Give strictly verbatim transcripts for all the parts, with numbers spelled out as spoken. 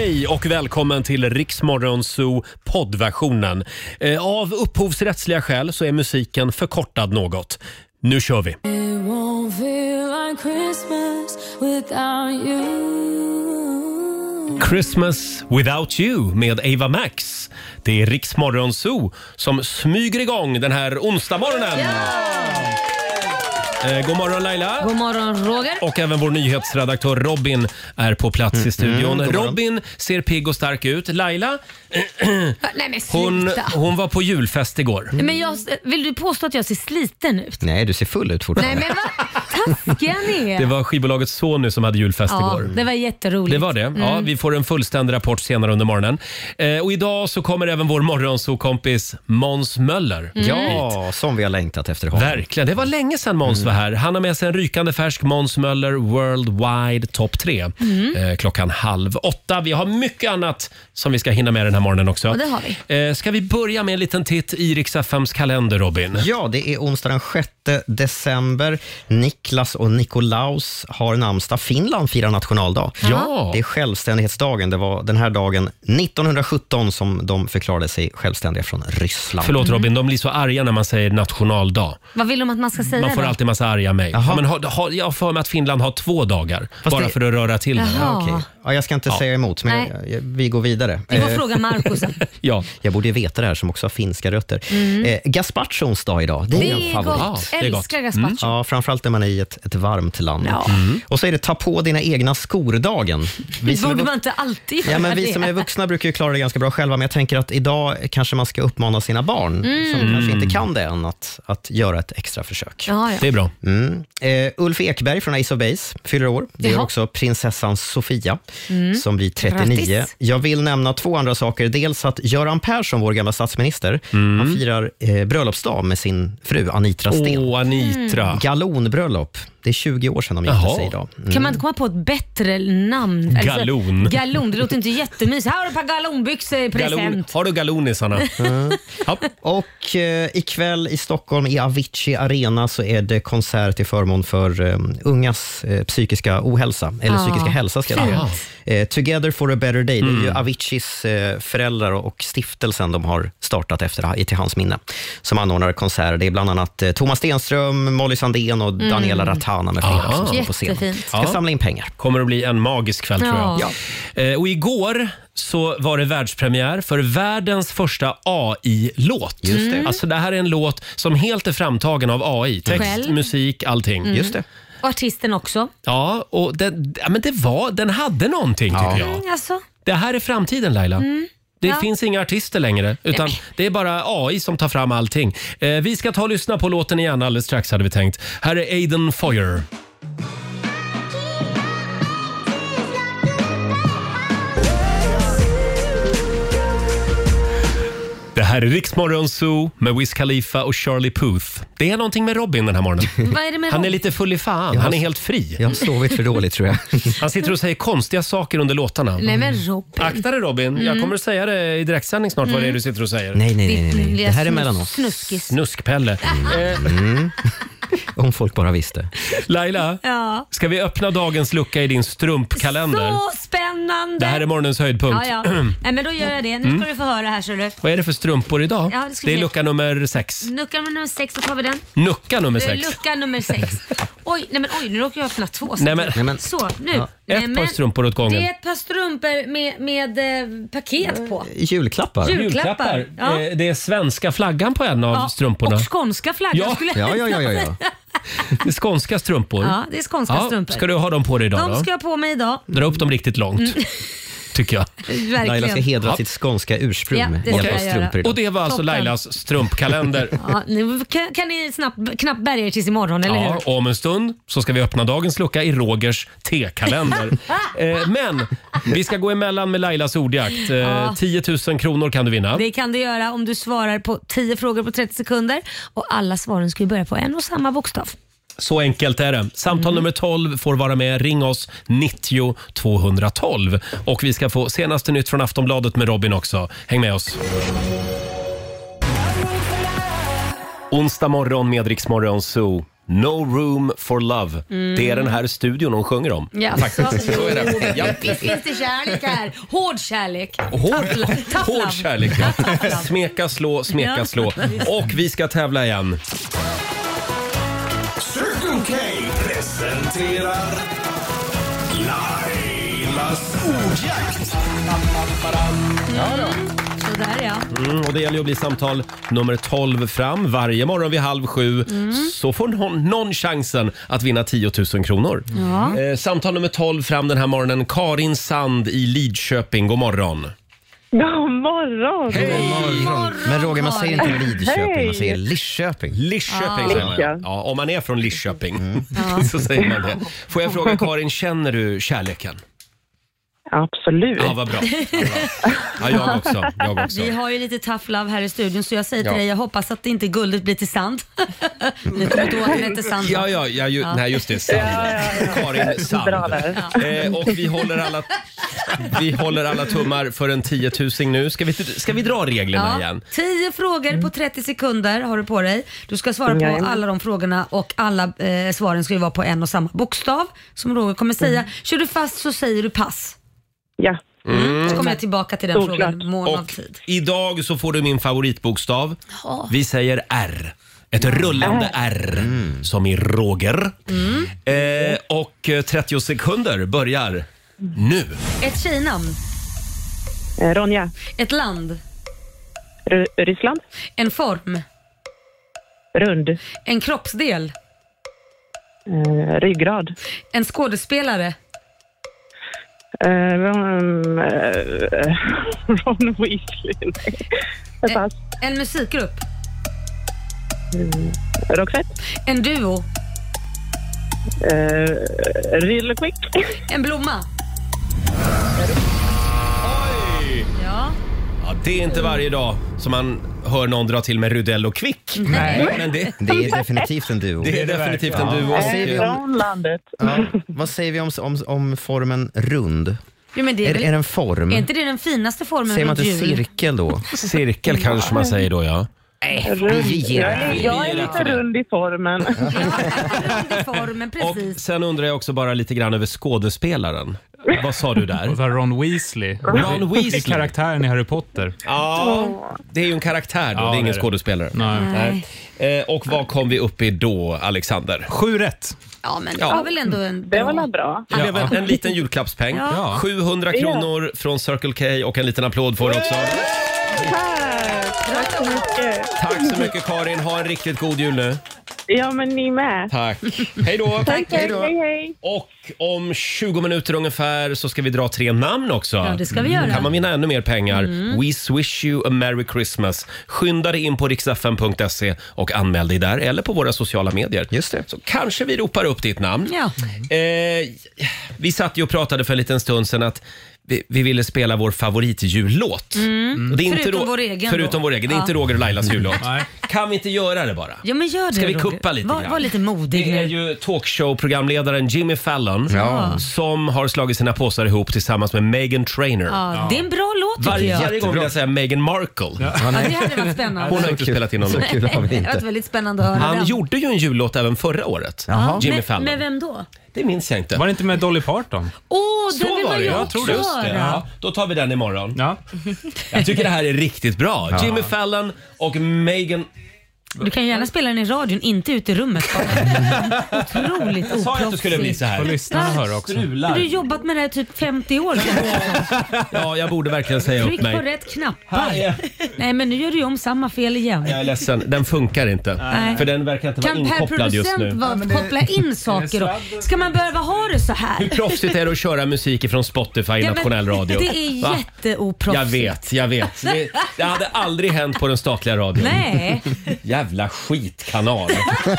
Hej och välkommen till Rix Morgon Zoo poddversionen. Eh, av upphovsrättsliga skäl så är musiken förkortad något. Nu kör vi. Christmas Without You med Ava Max. Det är Rix Morgon Zoo som smyger igång den här onsdagmorgonen. Ja! Eh, god morgon Laila. God morgon Roger. Och även vår nyhetsredaktör Robin är på plats mm, i studion. Mm, Robin ser pigg och stark ut. Laila, Nej, men hon, hon var på julfest igår. Mm. Men jag, vill du påstå att jag ser sliten ut? Nej, du ser full ut fortfarande. Nej, men vad taskiga ni är. Det var skivbolaget Sony som hade julfest ja, igår. Det var jätteroligt. Det var det. Mm. Ja, vi får en fullständig rapport senare under morgonen. Eh, och idag så kommer även vår morgonsokompis Måns Möller. Mm. Ja, som vi har längtat efter honom. Verkligen. Det var länge sedan Måns mm. var här. Han har med sig en rykande färsk Måns Möller Worldwide Top tre. Mm. Eh, klockan halv åtta. Vi har mycket annat som vi ska hinna med den här morgonen också. Ja, det har vi. Eh, ska vi börja med en liten titt i Rix F M:s kalender, Robin? Ja, det är onsdag den sjätte december. Niklas och Nikolaus har namnsdag. Finland firar nationaldag. Ja. Det är självständighetsdagen. Det var den här dagen nittonhundrasjutton som de förklarade sig självständiga från Ryssland. Förlåt Robin, de blir så arga när man säger nationaldag. Vad vill de att man ska säga? Man får då? alltid massa arga mig. Ja, men ha, ha, jag har för mig att Finland har två dagar. Fast bara det... för att röra till det. Ja, okay. Ja, jag ska inte ja. säga emot, men jag, jag, vi går vidare. Vi får fråga Marcus. Ja. Jag borde ju veta det här som också har finska rötter. Mm. Eh, gazpachons dag idag. Det är, det en är favorit. gott. Ja, älskar gazpacho. Mm. Ja, framförallt när man är i ett, ett varmt land. Ja. Mm. Och så är det ta på dina egna skor-dagen. Vi som borde är, man inte alltid ja, men Vi det. som är vuxna brukar ju klara det ganska bra själva, men jag tänker att idag kanske man ska uppmana sina barn mm. som kanske inte kan det än att, att göra ett extra försök. Ja, ja. Det är bra. Mm. Eh, Ulf Ekberg från Ace of Base fyller år. Det är också prinsessan Sofia mm. som blir trettionio. Grattis. Jag vill nämna två andra saker. Dels att Göran Persson, vår gamla statsminister, mm. han firar eh, bröllopsdag med sin fru Anitra Sten. Åh, Anitra. Mm. Galonbröllop. Det är tjugo år sedan de gifte sig idag. Mm. Kan man inte komma på ett bättre namn? Galon. Alltså, galon, det låter inte jättemysigt. Här har du ett par galonbyxor, present. Galon. Har du galonisarna? Mm. Och eh, ikväll i Stockholm i Avicii Arena så är det konsert till förmån för eh, ungas eh, psykiska ohälsa. Eller ah. psykiska hälsa ska jag säga. Eh, Together for a better day. Mm. Det är ju Aviciis eh, föräldrar och stiftelsen de har startat efter till hans minne. Som anordnar konserter. Det är bland annat eh, Thomas Stenström, Molly Sandén och mm. Daniela Rattana med flera som står på scen. Ska ja. samla in pengar. Kommer att bli en magisk kväll ja. tror jag. Ja. Eh, och igår så var det världspremiär för världens första A I-låt. Just det. Mm. Alltså det här är en låt som helt är framtagen av A I. Text, Själv. musik, allting. Mm. Just det. Och artisten också. Ja, och den, ja, men det var, den hade någonting ja. tycker jag. Mm, alltså. Det här är framtiden, Laila. Mm. Det ja. finns inga artister längre, utan Nej. det är bara A I som tar fram allting. Eh, vi ska ta och lyssna på låten igen alldeles strax hade vi tänkt. Här är Aiden Foyer. Det här är Rix Morgon Zoo med Wiz Khalifa och Charlie Puth. Det är någonting med Robin den här morgonen. Vad är det med Han Robin? är lite full i fan. Jag Han har, är helt fri. Jag har sovit för dåligt tror jag. Han sitter och säger konstiga saker under låtarna. Nej men Robin. Akta dig Robin. Mm. Jag kommer att säga det i direktsändning snart mm. vad det är du sitter och säger. Nej, nej, nej. nej, nej. Det här är mellan oss. Snuskis. Snuskpelle. Mm. Om folk bara visste. Laila, ja. ska vi öppna dagens lucka i din strumpkalender? Så spännande! Det här är morgonens höjdpunkt. Ja, ja. Nej, men då gör jag det. Nu ska mm. du få höra här så du. Vad är det för strumpor idag? Ja, det, det är lucka nummer sex. Lucka nummer sex, så tar vi den. Lucka nummer sex. Lucka nummer sex. Oj, nej men oj, nu råkar jag öppna två. Nej, men, nej, men. Så, nu. Ja. Ett nej, par strumpor åt gången. Det är ett par strumpor med, med eh, paket på. Julklappar. Julklappar. Julklappar. Ja. Det är svenska flaggan på en av ja, strumporna. Och skånska flaggan ja. skulle ja, ja, ja, ja, ja. Det är skånska strumpor. Ja, det är skånska ja, strumpor. Ska du ha dem på dig idag De då? ska jag på mig idag. Dra upp dem riktigt långt. Mm. Tycker jag. Verkligen. Laila ska hedra ja. sitt skånska ursprung ja, med hjälp av strumpor idag. Och det var alltså Toppen. Lailas strumpkalender. Ja, nu kan, kan ni snabbt, knappt bärga er tills imorgon, eller ja, hur? Om en stund så ska vi öppna dagens lucka i Rogers tekalender. eh, men vi ska gå emellan med Lailas ordjakt. Eh, ja. tio tusen kronor kan du vinna. Det kan du göra om du svarar på tio frågor på trettio sekunder. Och alla svaren ska ju börja på en och samma bokstav. Så enkelt är det. Samtal mm. nummer tolv får vara med. Ring oss nittio tvåhundratolv. Och vi ska få senaste nytt från Aftonbladet med Robin också. Häng med oss. Onsdag morgon med Rix Morgon Zoo. No room for love. Mm. Det är den här studion hon sjunger om. Ja, faktiskt. Så, så är det. Ja. Visst finns det kärlek här. Hård kärlek. Hård, hård kärlek, ja. Smeka, slå, smeka, ja. slå. Och vi ska tävla igen. Circle K presenterar Lailas ordjakt. Ja då. Sådär ja. Mm, och det gäller att bli samtal nummer tolv fram varje morgon vid halv sju. Mm. Så får någon, någon chansen att vinna tio tusen kronor. Ja. Eh, samtal nummer tolv fram den här morgonen. Karin Sand i Lidköping. God morgon. God morgon. Hej. God morgon. Men Roger, man säger inte Lidköping, Hej. man säger Lidköping. Lidköping säger man. Ja, om man är från Lidköping mm. så säger man det. Får jag fråga Karin, känner du kärleken? Absolut. Ja, vad bra. Vad bra. Ja, jag också. Jag också. Vi har ju lite tough love här i studion, så jag säger till Ja. dig, jag hoppas att det inte guldet blir till sand. Ni kommer inte ihåg att den heter sand. Ja, ja, ja, ju, Ja. nej just det, Sand. Ja, ja, ja. Karin Sand. Bra där. Eh, och vi håller alla vi håller alla tummar för en tio tusen nu. Ska vi, ska vi dra reglerna Ja. igen? tio frågor på trettio sekunder har du på dig. Du ska svara på Jajamän. alla de frågorna och alla eh, svaren ska ju vara på en och samma bokstav som Roger kommer säga. Kör du fast så säger du pass. Ja. Mm. Så kommer jag tillbaka till den Såklart. frågan mån av Och tid. idag så får du min favoritbokstav. Vi säger R. Ett rullande R, som i Roger. Eh, och trettio sekunder börjar nu. Ett tjejnamn. Eh, Ronja. Ett land. R- Ryssland. En form. Rund. En kroppsdel. Eh, ryggrad. En skådespelare. Eh, um, eh, Ron Weasley. Nej. Jag pass. En musikgrupp. Mm. Roxette. En duo. Eh, Real Quick. En blomma. Oj! Ja. Ja, det är inte varje dag som man hör någon dra till med Rudell och Quick. Nej. Men det, Det är definitivt en duo. det är definitivt en duo. Vad säger vi om, Från landet. ja, vad säger vi om, om, om formen rund? Jo, men det är, Är, väl, är det en form? är inte det den finaste formen Säger man runt inte jul? cirkel då? Cirkel kanske man säger då, ja. Rund. Vi ger Jag är, jag är lite rund i formen. Ja, rund i formen, Och precis. sen undrar jag också bara lite grann över skådespelaren. Vad sa du där? Och så har Ron Weasley. Ron Det är Weasley. karaktären i Harry Potter. Ja, det är ju en karaktär då, Ja, det är det ingen är det. skådespelare. Nej. Nej. Eh, och vad kom vi upp i då, Alexander? Sju rätt. Ja, men det Ja. var väl ändå en Det var bra... väl bra. Det blev en, en liten julklappspeng. Ja. sjuhundra kronor från Circle K och en liten applåd får du också. Tack så mycket. Tack så mycket Karin, ha en riktigt god jul nu. Ja, men ni med. Tack. Hej då. Tack, hej, hej. Och om tjugo minuter ungefär så ska vi dra tre namn också. Ja, det ska vi göra. Då kan man vinna ännu mer pengar. We wish you a merry Christmas. Skynda dig in på riksfn punkt se och anmäl dig där eller på våra sociala medier. Just det. Så kanske vi ropar upp ditt namn. Ja. Eh, vi satt ju och pratade för en liten stund sedan att vi, vi ville spela vår favoritjullåt. Mm. Och det är inte Förutom Ro- vår egen Förutom då. vår egen. Det är Ja. inte Roger och Lailas jullåt. Nej. Kan vi inte göra det bara? Ja, men gör det, Ska vi Roger. kuppa lite var, grann? var lite modig Det är nu. ju talkshow-programledaren Jimmy Fallon Ja. som har slagit sina påsar ihop tillsammans med Meghan Trainor. Ja, det är en bra låt tycker Varje, jag. varje gång vill jag säga Meghan Markle. Ja, Ja, nej. det hade varit spännande. Hon har inte spelat in någon Så låt. kul har vi Det har varit inte. väldigt spännande att höra Han den. gjorde ju en jullåt även förra året. Jaha. Jimmy med, Fallon. med vem då? Det minns jag inte. Var det inte med Dolly Parton? Åh, Så den vill var man det, ju jag också tror det. Just det. höra. Ja, då tar vi den imorgon. Ja. Jag tycker det här är riktigt bra. Ja. Jimmy Fallon och Meghan... Du kan ju gärna spela den i radion, inte ute i rummet bara. Otroligt Jag sa ju att det skulle bli så Får här. lyssnarna höra också. Du har Strular. ju jobbat med det här i typ femtio år sedan. Ja, jag borde verkligen säga upp Tryck på mig. rätt knappar. Här är- Nej, men nu gör du ju om samma fel igen. Jag är ledsen, den funkar inte. Nej. För den verkar inte vara Kan per inkopplad just nu. producent va- koppla in saker då? Ska man behöva ha det så Hur här? proffsigt är det att köra musik ifrån Spotify i Ja, men nationell radio? Det är Va? jätteoproffsigt. Jag vet, jag vet. Det, det hade aldrig hänt på den statliga radion. Nej. Jävla skitkanal. Vad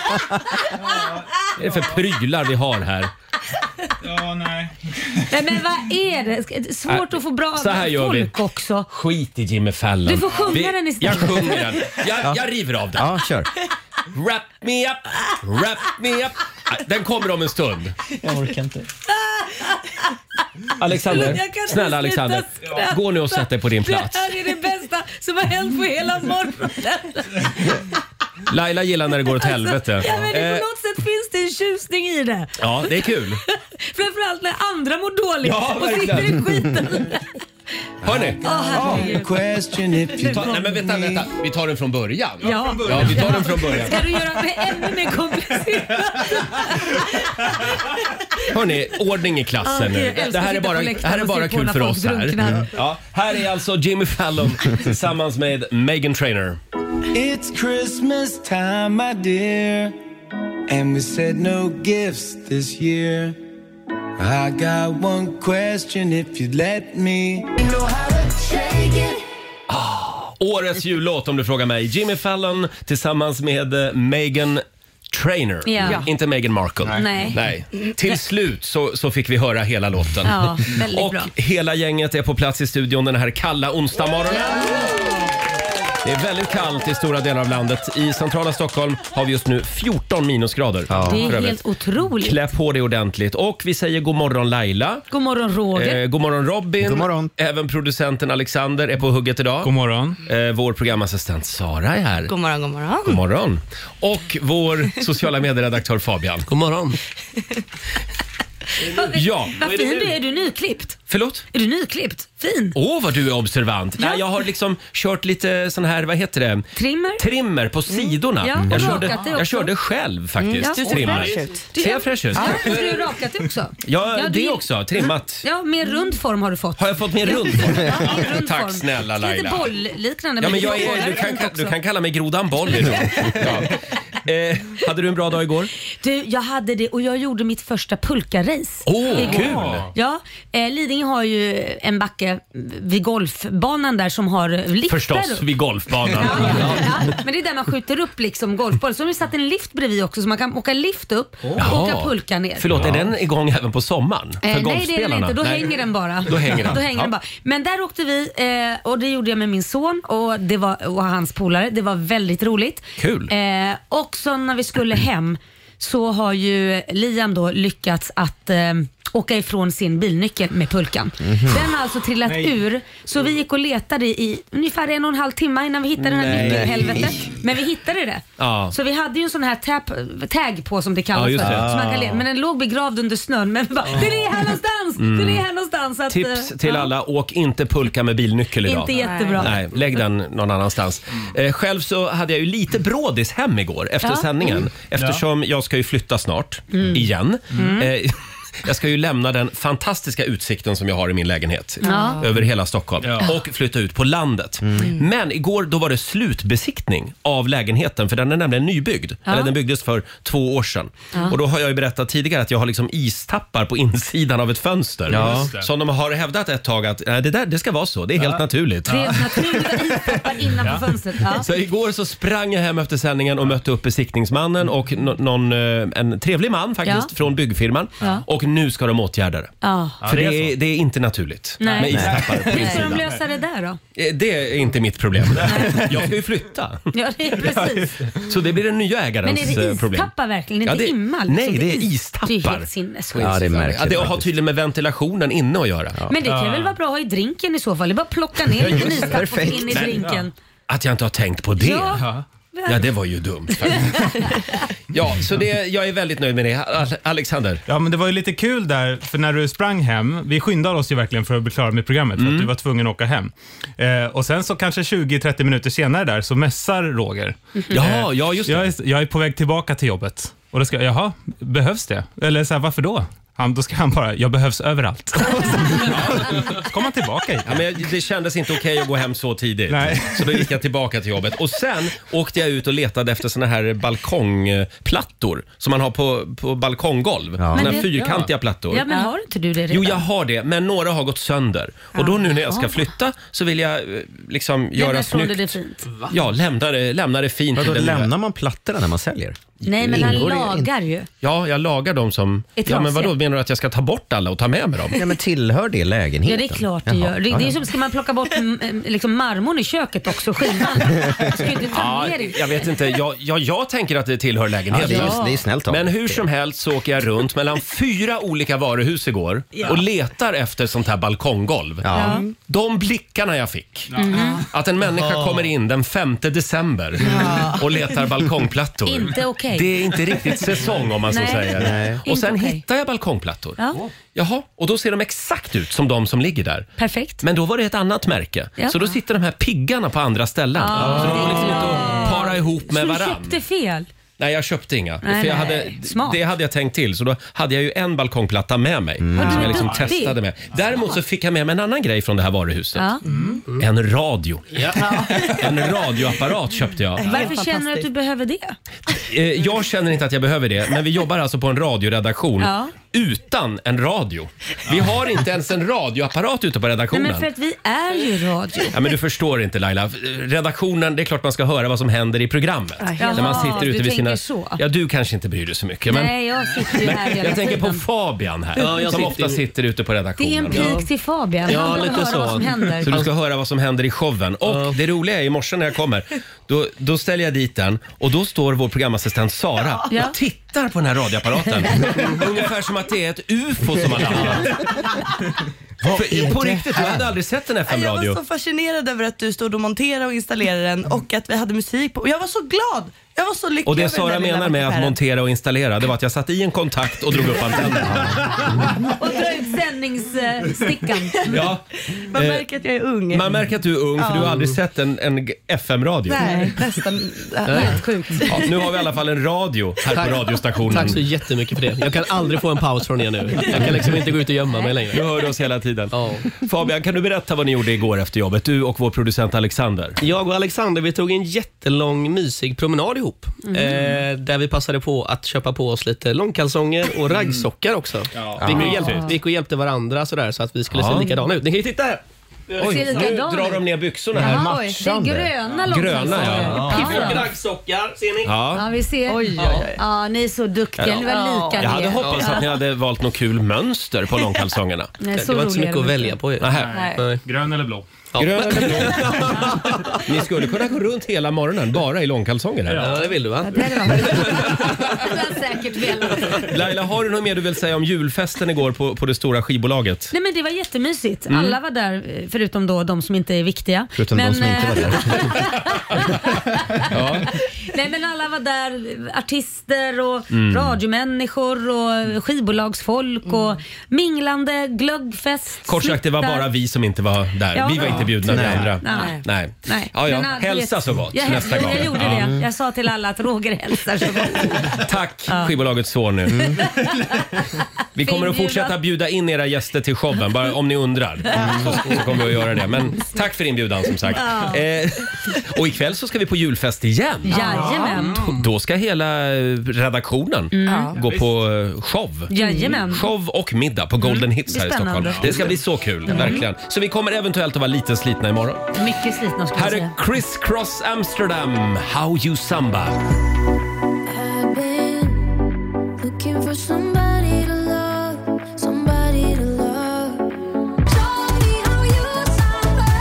är det för prylar vi har här? Ja, nej. Nej, men vad är det? Svårt Äh, att få bra så här gör vi. folk också. Skit i Jimmy Fallon. Du får sjunga den istället. Jag sjunger den. Jag, jag river av den. Ja, kör. Wrap me up, wrap me up. Den kommer om en stund. Jag orkar inte. Alexander, Jag kan inte snälla sluta Alexander. skratta. Gå nu och sätt dig på din Det plats. här är det bästa som har hänt på hela morgonen. Laila gillar när det går åt helvete. Ja, men det är Eh, på något sätt förtjusning i det. Ja, det är kul. Framförallt när andra mår dåligt Ja, och sitter i skiten. Hörni. Oh, question if you Ta, nej men vänta, vänta. Vi tar den från början. Ja, ja vi tar den från början. Ska du göra det ännu mer komplicerat? Hörni, ordning i klassen nu. Okay, Det här är bara, det här är bara kul för oss här. Ja, här är alltså Jimmy Fallon tillsammans med Meghan Trainor. It's Christmas time, my dear, and we said no gifts this year. I got one question if you'd let me. You know how to shake it. Ah, årets jullåt om du frågar mig. Jimmy Fallon tillsammans med uh, Meghan Trainor. Ja. Inte Meghan Markle. Nej. Nej. Till slut så, så fick vi höra hela låten. Ja, väldigt och bra. hela gänget är på plats i studion den här kalla onsdagsmorgonen. Det är väldigt kallt i stora delar av landet. I centrala Stockholm har vi just nu fjorton minusgrader. Ja. Det är För helt otroligt. Klä på det ordentligt. Och vi säger god morgon Laila. God morgon Roger. Eh, god morgon Robin. God morgon. Även producenten Alexander är på hugget idag. God morgon. Eh, vår programassistent Sara är här. God morgon, god morgon. God morgon. Och vår sociala medieredaktör Fabian. God morgon. Ja, Vad vad är det fin nu? du är. Är du nyklippt? Förlåt? Är du nyklippt? Fin. Åh, oh, vad du är observant. Ja. Nej, jag har liksom kört lite sån här, vad heter det? Trimmer? Trimmer på sidorna. Ja, och jag, rakat körde, det också. jag körde själv faktiskt. Ja, du ser trimmer. fräsch ut. Du- Ser jag fräsch ut? Ja, du har rakat det också. Ja, Ja, det du- också. Trimmat. Ja, mer rund form har du fått. Har jag fått min rund form? Ja, en rund Tack form. snälla Lite Laila. boll-liknande. Ja, men du jag får är, du, runt kan, också. du kan kalla mig Grodan Boll idag. Ja. Eh, hade du en bra dag igår? Du, jag hade det och jag gjorde mitt första pulkarace. Åh, igår. kul! Ja, eh, Lidingö har ju en backe vid golfbanan där som har liftar. Förstås, vid golfbanan. Ja, ja, ja. Men det är där man skjuter upp liksom golfboll. Så har vi satt en lift bredvid också så man kan åka lift upp och Jaha. åka pulka ner. Förlåt, är den igång även på sommaren? För Eh, nej det är den golfspelarna? inte, då Nej. hänger den bara. Då hänger den. Då hänger Ja. den bara. Men där åkte vi eh, och det gjorde jag med min son och, det var, och hans polare. Det var väldigt roligt. Kul. Eh, och så när vi skulle hem så har ju Liam då lyckats att eh, åka ifrån sin bilnyckel med pulkan. Mhm. Den har alltså trillat Nej. ur så vi gick och letade i ungefär en och en halv timme innan vi hittade den här Nej. nyckelhelvetet. Men vi hittade det. Ja. Så vi hade ju en sån här tap, tag på som det kallas Ja, just för. det. Så man kan le- men den låg begravd under snön. Men vi bara, den är här någonstans! Den är här någonstans. Så att, Tips eh, till ja. alla, åk inte pulka med bilnyckel idag. Inte jättebra. Nej, lägg den någon annanstans. Eh, själv så hade jag ju lite brådis hem igår efter Ja. sändningen. Eftersom jag ska ju flytta snart, Mm. igen. Eh, jag ska ju lämna den fantastiska utsikten som jag har i min lägenhet Ja. över hela Stockholm Ja. och flytta ut på landet. Men igår då var det slutbesiktning av lägenheten för den är nämligen nybyggd. Ja. Eller den byggdes för två år sedan. Och då har jag ju berättat tidigare att jag har liksom istappar på insidan av ett fönster. Ja. Som de har hävdat ett tag att nej, det där det ska vara så. Det är helt naturligt. Det är naturliga istappar innanför fönstret. Ja. Så igår så sprang jag hem efter sändningen och mötte upp besiktningsmannen och no- någon, eh, en trevlig man faktiskt Ja. från byggfirman. Ja. Och nu ska de åtgärda det. Ja. För det det är är, det är inte naturligt Nej. med istappar på Hur ska de insidan. lösa det där då? Eh, Det är inte mitt problem. Jag ska ju flytta. Ja, det är precis. Så det blir den nya Men ägarens är det eh, problem. istappar verkligen? Ja, Inte det- immal? nej, liksom. det är is- istappar. Det är helt sinnessjukt. Ja, det är märkligt. Ja, det har faktiskt. tydligen med ventilationen inne att göra. Men det kan väl vara bra att ha i drinken i så fall? Det är bara att plocka ner en liten istapp och få in i drinken. Att jag inte har tänkt på det. Ja. Ja, det var ju dumt faktiskt. Ja, så det, jag är väldigt nöjd med det. Al- Alexander? Ja, men det var ju lite kul där, för när du sprang hem, vi skyndade oss ju verkligen för att bli klara med programmet, för att du var tvungen att åka hem. Eh, och sen så kanske tjugo till trettio minuter senare där så mässar Roger. Ja, ja just det. Jag är, jag är på väg tillbaka till jobbet. Och då ska jag, jaha, behövs det? Eller så här, varför då? Han, då ska han bara, jag behövs överallt. Så kom han tillbaka hit. Ja, men det kändes inte okej att gå hem så tidigt. Nej. Så då gick jag tillbaka till jobbet. Och sen åkte jag ut och letade efter såna här balkongplattor som man har på, på balkonggolv. Såna Men här det- fyrkantiga plattor. Ja, men har inte du det redan? Jo, jag har det, men några har gått sönder. Och då nu när jag ska flytta så vill jag eh, liksom göra Lämna ifrån snyggt. dig det fint. Ja, lämna det, lämna det fint. Vadå, i den nya- lämnar man plattorna när man säljer? Nej, men han Ingår det- lagar ju. Ja, jag lagar dem som... Är Ja, men trasiga. vadå, menar du att jag ska ta bort alla och ta med mig dem? Ja, men tillhör det lägenheten? Ja, det är klart det Jaha. gör. Det, Ja, det är ja. som, ska man plocka bort mm, liksom marmorn i köket också, skivan? Ska ju inte ta Ja, ner det. jag vet inte. Jag, jag, jag tänker att det tillhör Ja, lägenheten. det, Ja. är, det är snällt av Men dig. hur som helst så åker jag runt mellan fyra olika varuhus igår och letar efter sånt här balkonggolv. Ja. De blickarna jag fick. Att en människa kommer in den femte december och letar balkongplattor. Inte okej. okej. Det är inte riktigt säsong om man så Nej. säger. Nej. Och sen Inte okej. hittar jag balkongplattor. Ja. Jaha, och då ser de exakt ut som de som ligger där. Perfekt. Men då var det ett annat märke. Ja. Så då sitter de här piggarna på andra ställen. Ah. Så de går liksom inte att para ihop med Så du varann. köpte fel? Nej, jag köpte inga. Nej, för jag nej. hade, Smart. det hade jag tänkt till. Så då hade jag ju en balkongplatta med mig. Mm. Som Du är jag liksom duktig. testade med. Däremot så fick jag med mig en annan grej från det här varuhuset. Ja. Mm. En radio. En radioapparat köpte jag. Varför känner du att du behöver det? Eh, Jag känner inte att jag behöver det, men vi jobbar alltså på en radioredaktion Ja. utan en radio. Vi har inte ens en radioapparat ute på Nej, redaktionen. men för att vi är ju radio. Ja, men du förstår inte Laila. Redaktionen, det är klart man ska höra vad som händer i programmet. Jaha, När man sitter ute du vid sina... tänker så. Ja, du kanske inte bryr dig så mycket. Men... Nej, jag sitter ju här hela Jag tänker på tiden. Fabian här, Ja, jag som sitter ofta i- sitter ute på Det är redaktionen. en pik till Fabian. Ja, Han vill lite höra så. vad som händer. Så du ska höra vad som händer i showen. Och det roliga är i morse när jag kommer, då, då ställer jag dit den och då står vår programassistent Sara Ja. och tittar på den här radioapparaten. Ungefär som att det är ett U F O som har landat. För, på riktigt, du hade aldrig sett en F Jag M-radio. var så fascinerad över att du stod och monterade och installerade den och att vi hade musik på. Jag var så glad. Jag var så lycklig. Och det över den Sara där lilla menar med att affären. montera och installera, det var att jag satte i en kontakt och drog upp antennen. Och dra ut sändningsstickan. Ja. Man Eh, märker att jag är ung. Man märker att du är ung för du har aldrig sett en, en F M-radio. Nej, nästan. Helt sjukt. Ja, nu har vi i alla fall en radio här Tack. på radiostationen. Tack så jättemycket för det. Jag kan aldrig få en paus från er nu. Jag kan liksom inte gå ut och gömma mig längre. Du hör oss hela tiden. Ja. Fabian, kan du berätta vad ni gjorde igår efter jobbet? Du och vår producent Alexander. Jag och Alexander, vi tog en jättelång mysig promenad ihop. Eh, där vi passade på att köpa på oss lite långkalsonger och raggsockar också. Ja. Vi, gick och hjälpte, vi gick och hjälpte varandra sådär, så att vi skulle Ja. se likadana ut. Ni kan ju titta här. Oj, ser nu likadan drar ut. de ner byxorna här. Jaha, det är matchande. gröna Gröna, långkalsonger. ja. Ja. Och raggsockar, ser ni? Ja. Ja, vi ser. Oj, oj, oj. Ja, ni är så duktiga. Ni var lika Jag hade ner. hoppats att ni hade valt något kul mönster på långkalsongerna. Nej, Det var inte så mycket att roliga är välja på. Nähä. Nej. Nej. Grön eller blå? Grön eller blå? Ni skulle kunna gå runt hela morgonen bara i långkalsonger här. Ja, det vill du va? Det hade varit- det hade säkert velat. Laila, har du något mer du vill säga om julfesten igår på, på det stora skivbolaget? Nej, men det var jättemysigt. Mm. Alla var där, eh, förutom då de som inte är viktiga. Förutom men, de som inte var eh, där. Ja. Nej, men alla var där. Artister och Mm. radiomänniskor och skivbolagsfolk och minglande, glöggfest. Kort sagt, det var snittar. bara vi som inte var där. Ja. Vi var inte bjudna, vi Nej. andra. Nej. Nej. Nej. Ja, ja. Men, äh, du Hälsa vet, så gott jag, nästa jag, gång. Jag gjorde Ja. det. Jag sa till alla att Roger hälsar så gott. Tack, skivbolaget Sony. Mm. Vi kommer att Fin fortsätta bjudan. bjuda in era gäster till showen, bara om ni undrar. Så, så kommer vi att göra det. Men tack för inbjudan som sagt. Eh, och ikväll så ska vi på julfest igen. Jajamän. Då ska hela redaktionen gå på eh, show. Jajamän. Show och middag på Golden Hits det är här i Stockholm. spännande. Det ska bli så kul, verkligen. Så vi kommer eventuellt att vara lite slitna imorgon. Mycket slitna skulle jag Här är säga. Criss Cross Amsterdam, How You Samba. I've been looking for somebody to love, somebody to love. Show me how you samba.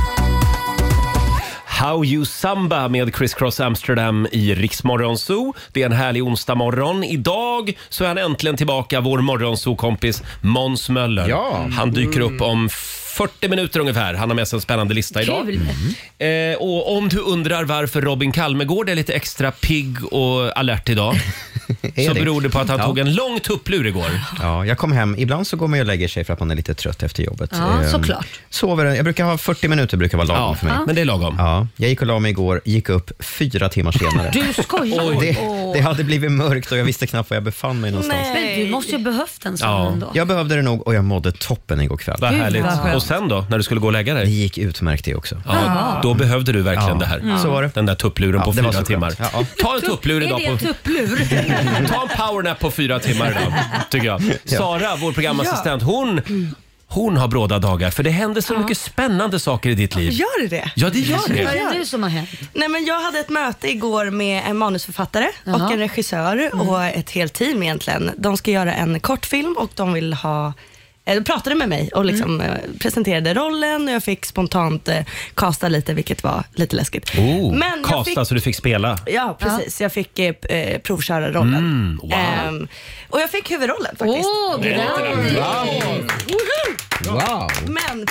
How You Samba med Criss Cross Amsterdam i Rix Morgon Zoo. Det är en härlig onsdag morgon. Idag så är han äntligen tillbaka, vår morgonzoo-kompis Måns Möller. Ja. Han dyker upp om fyrtio minuter ungefär. Han har med sig en spännande lista idag. Kul. Eh, och om du undrar varför Robin Kalmegård är lite extra pigg och alert idag så det? beror det på att han Ja. tog en lång tupplur igår. Ja, jag kom hem. Ibland så går man ju och lägger sig för att man är lite trött efter jobbet. Ja, Ehm, såklart. Sover, jag brukar ha fyrtio minuter brukar vara lagom Ja, för mig. men det är lagom. Ja, jag gick och la mig igår, gick upp fyra timmar senare. Du skojar. det, det hade blivit mörkt och jag visste knappt var jag befann mig någonstans. Men du måste ju ha behövt en sån Ja. ändå. Jag behövde det nog och jag mådde toppen igår kväll. Vad Gud, härligt. vad skönt. Och sen då, när du skulle gå och lägga Det dig? gick utmärkt det också. Ja, då behövde du verkligen Ja. det här. Så var det. Den där tuppluren Ja, på det var fyra så timmar. skönt. Ja, Ta en tupplur Är idag det på... en tupplur? Ta en powernap på fyra timmar idag, tycker jag. Sara, vår programassistent, hon, hon har bråda dagar för det händer så mycket spännande saker i ditt liv. Gör det det? Ja, det gör Vad det. är det du som har hänt? Nej, men jag hade ett möte igår med en manusförfattare Jaha. och en regissör och ett helt team egentligen. De ska göra en kortfilm och de vill ha de pratade med mig och liksom eh, presenterade rollen och jag fick spontant eh, casta lite, vilket var lite läskigt. Oh, Men jag kasta fick- så du fick spela. Ja, precis. Jag fick eh, eh, provköra rollen. Mm, wow. Ehm, och jag fick huvudrollen faktiskt. Åh, grattis! Wow! Men problemet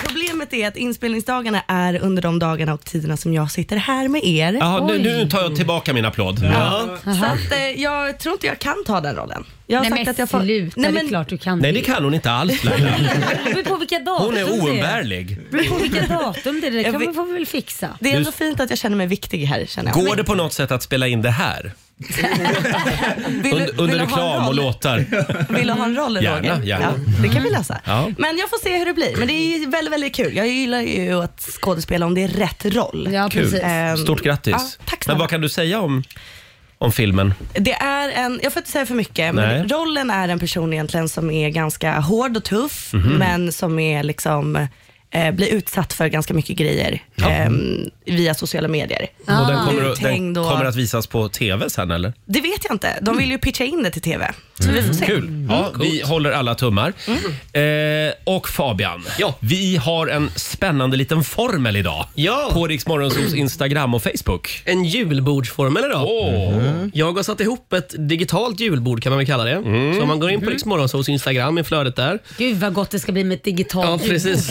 problemet är att inspelningsdagarna är under de dagarna och tiderna som jag sitter här med er. Ja, nu, nu tar jag tillbaka min applåd. Ja. Så att, eh, jag tror inte jag kan ta den rollen. Jag har Nej, sagt men att jag får... sluta, Nej, det men... är klart du kan. Nej, det kan hon inte alls, Laila. Det beror på vilka datum Hon är det oumbärlig. Det beror på vilka datum det är. Det kan Jag vi, får vi väl fixa. Det är ändå fint att jag känner mig viktig här, känner jag. Går det på något sätt att spela in det här? Vill, Und, under vill reklam och låtar. Vill du ha en roll, Gärna, Roger? gärna. Ja, det kan vi lösa. Ja. Men jag får se hur det blir. Men det är ju väldigt, väldigt kul. Jag gillar ju att skådespela om det är rätt roll. Ja, Kul. precis. Ehm, Stort grattis. Ja, tack Men snälla. vad kan du säga om, om filmen? Det är en, jag får inte säga för mycket, Nej. men rollen är en person egentligen som är ganska hård och tuff, Mhm. men som är liksom eh, blir utsatt för ganska mycket grejer eh, via sociala medier. Och den kommer, att- den Uthängd och- kommer att visas på tv sen, eller? Det vet jag inte. De vill ju pitcha in det till tv. Så vi får se. Kul. Ja, vi håller alla tummar. Eh, och Fabian, Ja. vi har en spännande liten formel idag. Ja. På Rix Morgonzoos Instagram och Facebook. En julbordsformel idag. Åh. Jag har satt ihop ett digitalt julbord kan man väl kalla det. Så om man går in på Rix Morgonzoos Instagram i flödet där. Gud vad gott det ska bli med ett digitalt Ja, precis.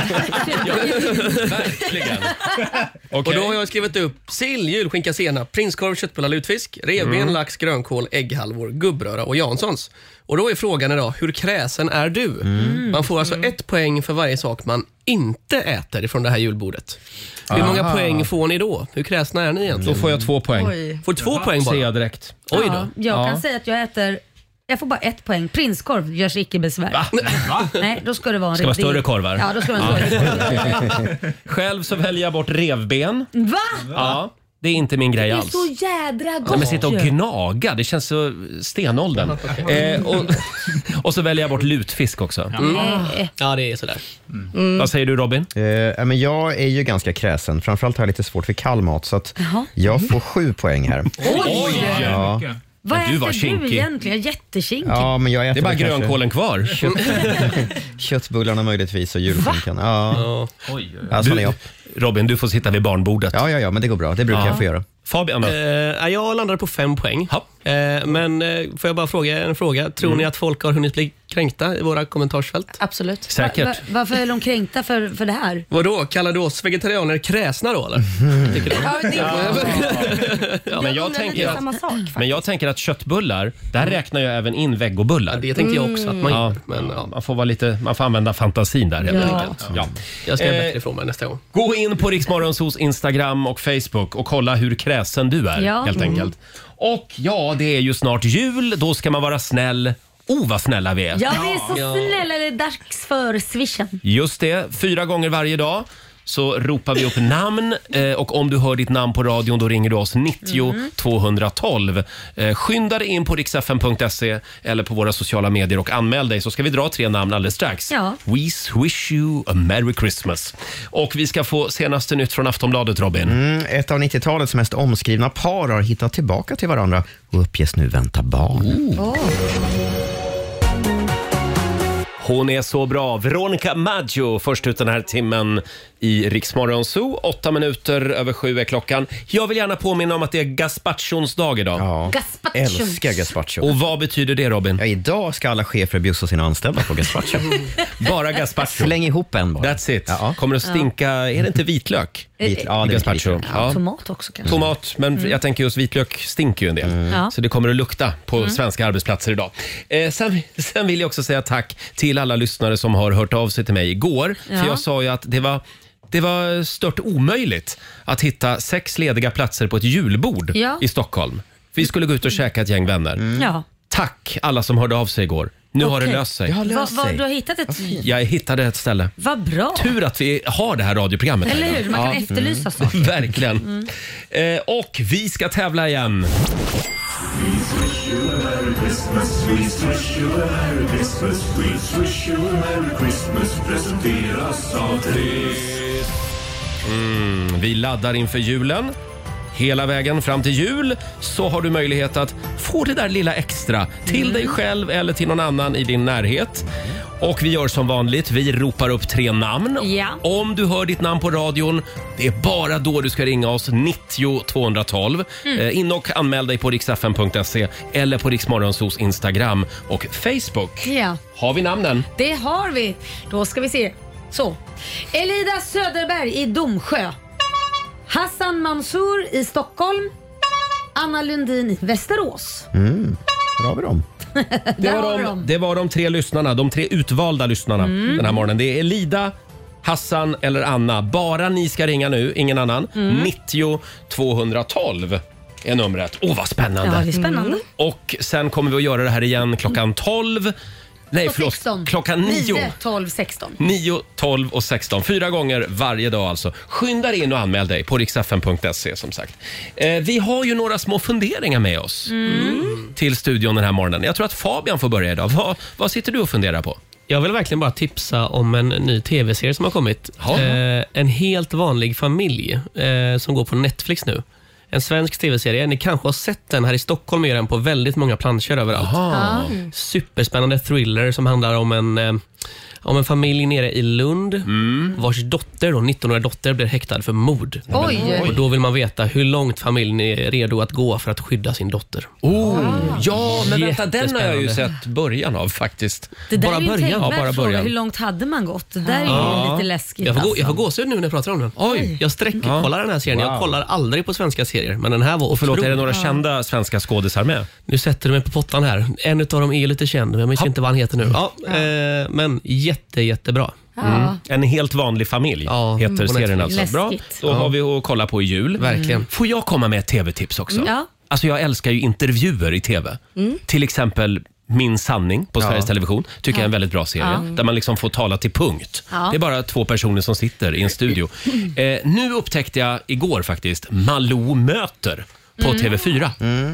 Verkligen. Och då har jag skrivit upp sill, julskinka, senap, prinskorv, köttbullar, lutfisk, revben, lax, grönkål, ägghalvor, gubbröra och Janssons. Och då är frågan idag, hur kräsen är du? Man får alltså ett poäng för varje sak man inte äter ifrån det här julbordet. Hur många Aha. poäng får ni då? Hur kräsna är ni egentligen? Då får jag två poäng. Oj. Får två poäng bara? Ser jag direkt. Oj då. Ja, jag Ja. kan säga att jag äter jag får bara ett poäng. Prinskorv görs icke besvär. Va? Nej, då ska det vara en Ska vara riktig- större korvar. Ja, då ska det vara en större korv. Själv så väljer jag bort revben. Va? Ja, det är inte min grej Det är alls. så jädra gott. Nej, men sitta och ju. gnaga, det känns så stenåldern. Eh, och, och så väljer jag bort lutfisk också. Nej. Ja, det är sådär. Vad säger du, Robin? Eh, ja, men jag är ju ganska kräsen. Framförallt har jag lite svårt för kall mat, så att Jaha. jag får sju poäng här. Oj! Ja. Vad Men du var äter kinkig. du egentligen? Jättekinkig. Ja, men jag äter Det är bara väl kanske grönkålen kvar. Kött, köttbullarna möjligtvis och julskinkan. Ja, Ja. ja sån är jag. Robin, du får sitta vid barnbordet. Ja, ja, ja, men det går bra. Det brukar Ja. jag få göra. Fabian då? Eh, jag landade på fem poäng. Ja. Eh, men eh, får jag bara fråga en fråga? Tror ni att folk har hunnit bli kränkta i våra kommentarsfält? Absolut. Säkert. Va, va, varför är de kränkta för, för det här? Vadå? Kallar du oss vegetarianer kräsna då eller? Tycker du? Ja, det är Men jag undrar tänker lite att- samma sak faktiskt. Men jag tänker att köttbullar, där räknar jag även in vegobullar. Ja, det tänkte jag också att man Ja, gjorde. Men ja, man får vara lite, man får använda fantasin där helt Ja. enkelt. Ja. jag ska göra Eh, bättre ifrån mig nästa gång. Gå in på Riksmorgonsos Instagram och Facebook och kolla hur kräsen du är, Ja. helt enkelt. Och ja, det är ju snart jul, då ska man vara snäll. Oh, vad snälla vi är. Ja, vi är så Ja. snälla. Det är dags för swishen. Just det, fyra gånger varje dag så ropar vi upp namn eh, och om du hör ditt namn på radion då ringer du oss nittio tvåhundratolv. Eh, skynda dig in på riksfn punkt se eller på våra sociala medier och anmäl dig så ska vi dra tre namn alldeles strax. Ja. We wish you a merry Christmas. Och vi ska få senaste nytt från Aftonbladet, Robin. Mm, ett av nittiotalets mest omskrivna par har hittat tillbaka till varandra och uppges nu vänta barn. Hon är så bra. Veronica Maggio först ut den här timmen i Rix Morgon Zoo. Åtta minuter över sju är klockan. Jag vill gärna påminna om att det är gazpachons dag idag. Ja, Gazpacho. älskar gazpacho. Och vad betyder det, Robin? Ja, idag ska alla chefer bjussa sina anställda på gazpacho. Bara gazpacho. Släng ihop en bara. That's it. Ja. Kommer att stinka, är det inte vitlök? Vit, ja, det är Gazpacho. vitlök. Ja. Tomat också kanske. Tomat, men jag tänker just vitlök stinker ju en del. Ja. Så det kommer att lukta på svenska arbetsplatser idag. Eh, sen, sen vill jag också säga tack till alla lyssnare som har hört av sig till mig igår. Ja. För jag sa ju att det var, det var stört omöjligt att hitta sex lediga platser på ett julbord Ja. i Stockholm. Vi skulle gå ut och käka ett gäng vänner. Ja. Tack alla som hörde av sig igår. Nu har det Okej. löst sig. Det har Va, löst va, sig. du har hittat ett... Jag hittade ett ställe. Vad bra. Tur att vi har det här radioprogrammet. Eller Laila. hur? Man kan Ja. efterlysa saker. Verkligen. Eh, och vi ska tävla igen. Christmas, we wish you a Merry Christmas, we wish you a Merry Christmas, presenteras av Triss. Mm, vi laddar inför julen. Hela vägen fram till jul så har du möjlighet att få det där lilla extra till dig själv eller till någon annan i din närhet. Och vi gör som vanligt, vi ropar upp tre namn. Ja. Om du hör ditt namn på radion, det är bara då du ska ringa oss, nittio tvåhundratolv. Eh, in och anmäl dig på riksfn punkt se eller på Riksmorgonsos Instagram och Facebook. Ja, Har vi namnen? det har vi. Då ska vi se. Så. Elida Söderberg i Domsjö. Hassan Mansour i Stockholm. Anna Lundin i Västerås. Mm. Där har vi dem. Det var de, det var de tre lyssnarna, de tre utvalda lyssnarna Mm. den här morgonen. Det är Elida, Hassan eller Anna. Bara ni ska ringa nu, ingen annan. Mm. nittio tvåhundratolv är numret. Åh, oh, vad spännande. Ja, det är spännande. Mm. Och sen kommer vi att göra det här igen klockan tolv. Nej, Och förlåt. sexton. Klockan nio. nio, tolv, sexton. nio, tolv och sexton. Fyra gånger varje dag alltså. Skynda dig in och anmäl dig på riks f m punkt se som sagt. Eh, vi har ju några små funderingar med oss Mm. till studion den här morgonen. Jag tror att Fabian får börja idag. Vad, vad sitter du och funderar på? Jag vill verkligen bara tipsa om en ny tv-serie som har kommit. Ja. Eh, en helt vanlig familj eh, som går på Netflix nu. En svensk tv-serie. Ni kanske har sett den här i Stockholm. Är den på väldigt många planscher överallt. Aha. Superspännande thriller som handlar om en, eh, om en familj nere i Lund Mm. vars dotter, då, nittonåriga dotter, blir häktad för mord. Oj. Och då vill man veta hur långt familjen är redo att gå för att skydda sin dotter. Oh, ja, men vänta, den har jag ju Jättespännande. sett början av faktiskt. Det där Bara är ju en början. Ja, bara tänkvärd fråga. början. Hur långt hade man gått? Det där är ju Ja. lite läskigt. Jag får, gå, alltså. jag får gåshud nu när jag pratar om den. Oj. Jag sträckkollar den här serien. Jag Wow. kollar aldrig på svenska serier, men den här var Och förlåt, är det otrolig. några kända svenska skådisar med? Nu sätter du mig på pottan här. En av dem är ju lite känd, men jag minns inte vad han heter nu. Ja, eh, men jätte, jättebra. Ja. En helt vanlig familj Ja, heter på serien Netflix. alltså. Bra, Läskigt. då har vi att kolla på i jul. Verkligen. Får jag komma med ett tv-tips också? Ja. Alltså jag älskar ju intervjuer i tv. Till exempel Min sanning på Sveriges Television tycker jag är en väldigt bra serie. Ja. Där man liksom får tala till punkt. Ja. Det är bara två personer som sitter i en studio. eh, nu upptäckte jag igår faktiskt Malou möter på T V fyra.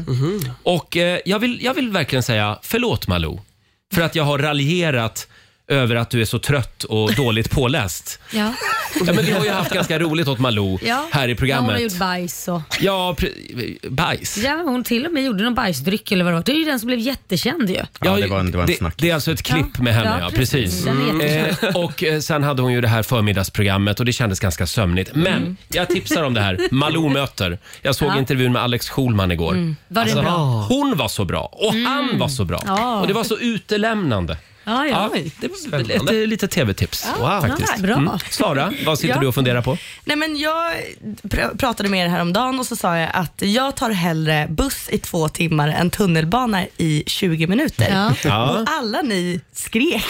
Och eh, jag, vill, jag vill verkligen säga förlåt Malou. För att jag har raljerat över att du är så trött och dåligt påläst. Ja. Ja, men vi har ju haft ganska roligt åt Malou Ja. här i Ja, hon programmet. har gjort bajs och... Ja, pre- bajs. Ja, hon till och med gjorde någon bajsdryck eller vad det var. Det är ju den som blev jättekänd ju. Ja, det var en, det var en det, snack. det är alltså ett klipp med henne, ja, precis. Den är jättekänd. Eh, och eh, sen hade hon ju det här förmiddagsprogrammet och det kändes ganska sömnigt. Men jag tipsar om det här, Malou möter. Jag såg Ja. intervjun med Alex Schulman igår. Var det Alltså, bra? hon var så bra och han var så bra. Ja. Och det var så utelämnande. Ja, ja. Ja, det var ett, ett litet tv-tips Wow. faktiskt. Ja, bra. Sara, vad sitter Ja. du och funderar på? Nej, men jag pr- pratade med er häromdagen och så sa jag att jag tar hellre buss i två timmar än tunnelbana i tjugo minuter. Ja. Ja. Och alla ni skrek.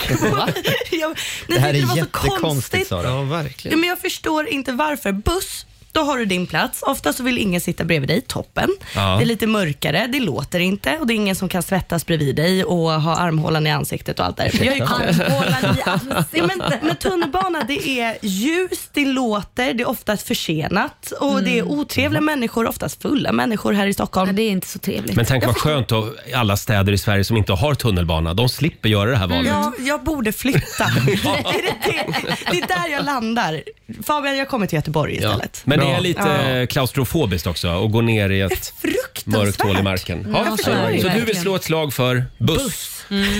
jag, ni Det här tyckte är var så jättekonstigt, konstigt. Sara. Ja, Ja, verkligen. men jag förstår inte varför. Buss, då har du din plats. Ofta så vill ingen sitta bredvid dig, toppen. Ja. Det är lite mörkare, det låter inte och det är ingen som kan svettas bredvid dig och ha armhålan i ansiktet och allt där. Jag är Armhålan i ansiktet. Ja, men, men tunnelbana, det är ljust, det låter, det är oftast försenat och det är otrevliga människor, oftast fulla människor här i Ja, Stockholm. det är inte så trevligt. Men tänk vad skönt då, i alla städer i Sverige som inte har tunnelbana. De slipper göra det här valet. Ja, jag borde flytta. det, är det, det är där jag landar. Fabian, jag kommer till Göteborg istället. Men det Bra. är lite Ja. eh, klaustrofobiskt också att gå ner i ett Fruktansvärt. mörkt hål i marken. Ja, Ja, så så är det så du vill verkligen. slå ett slag för buss.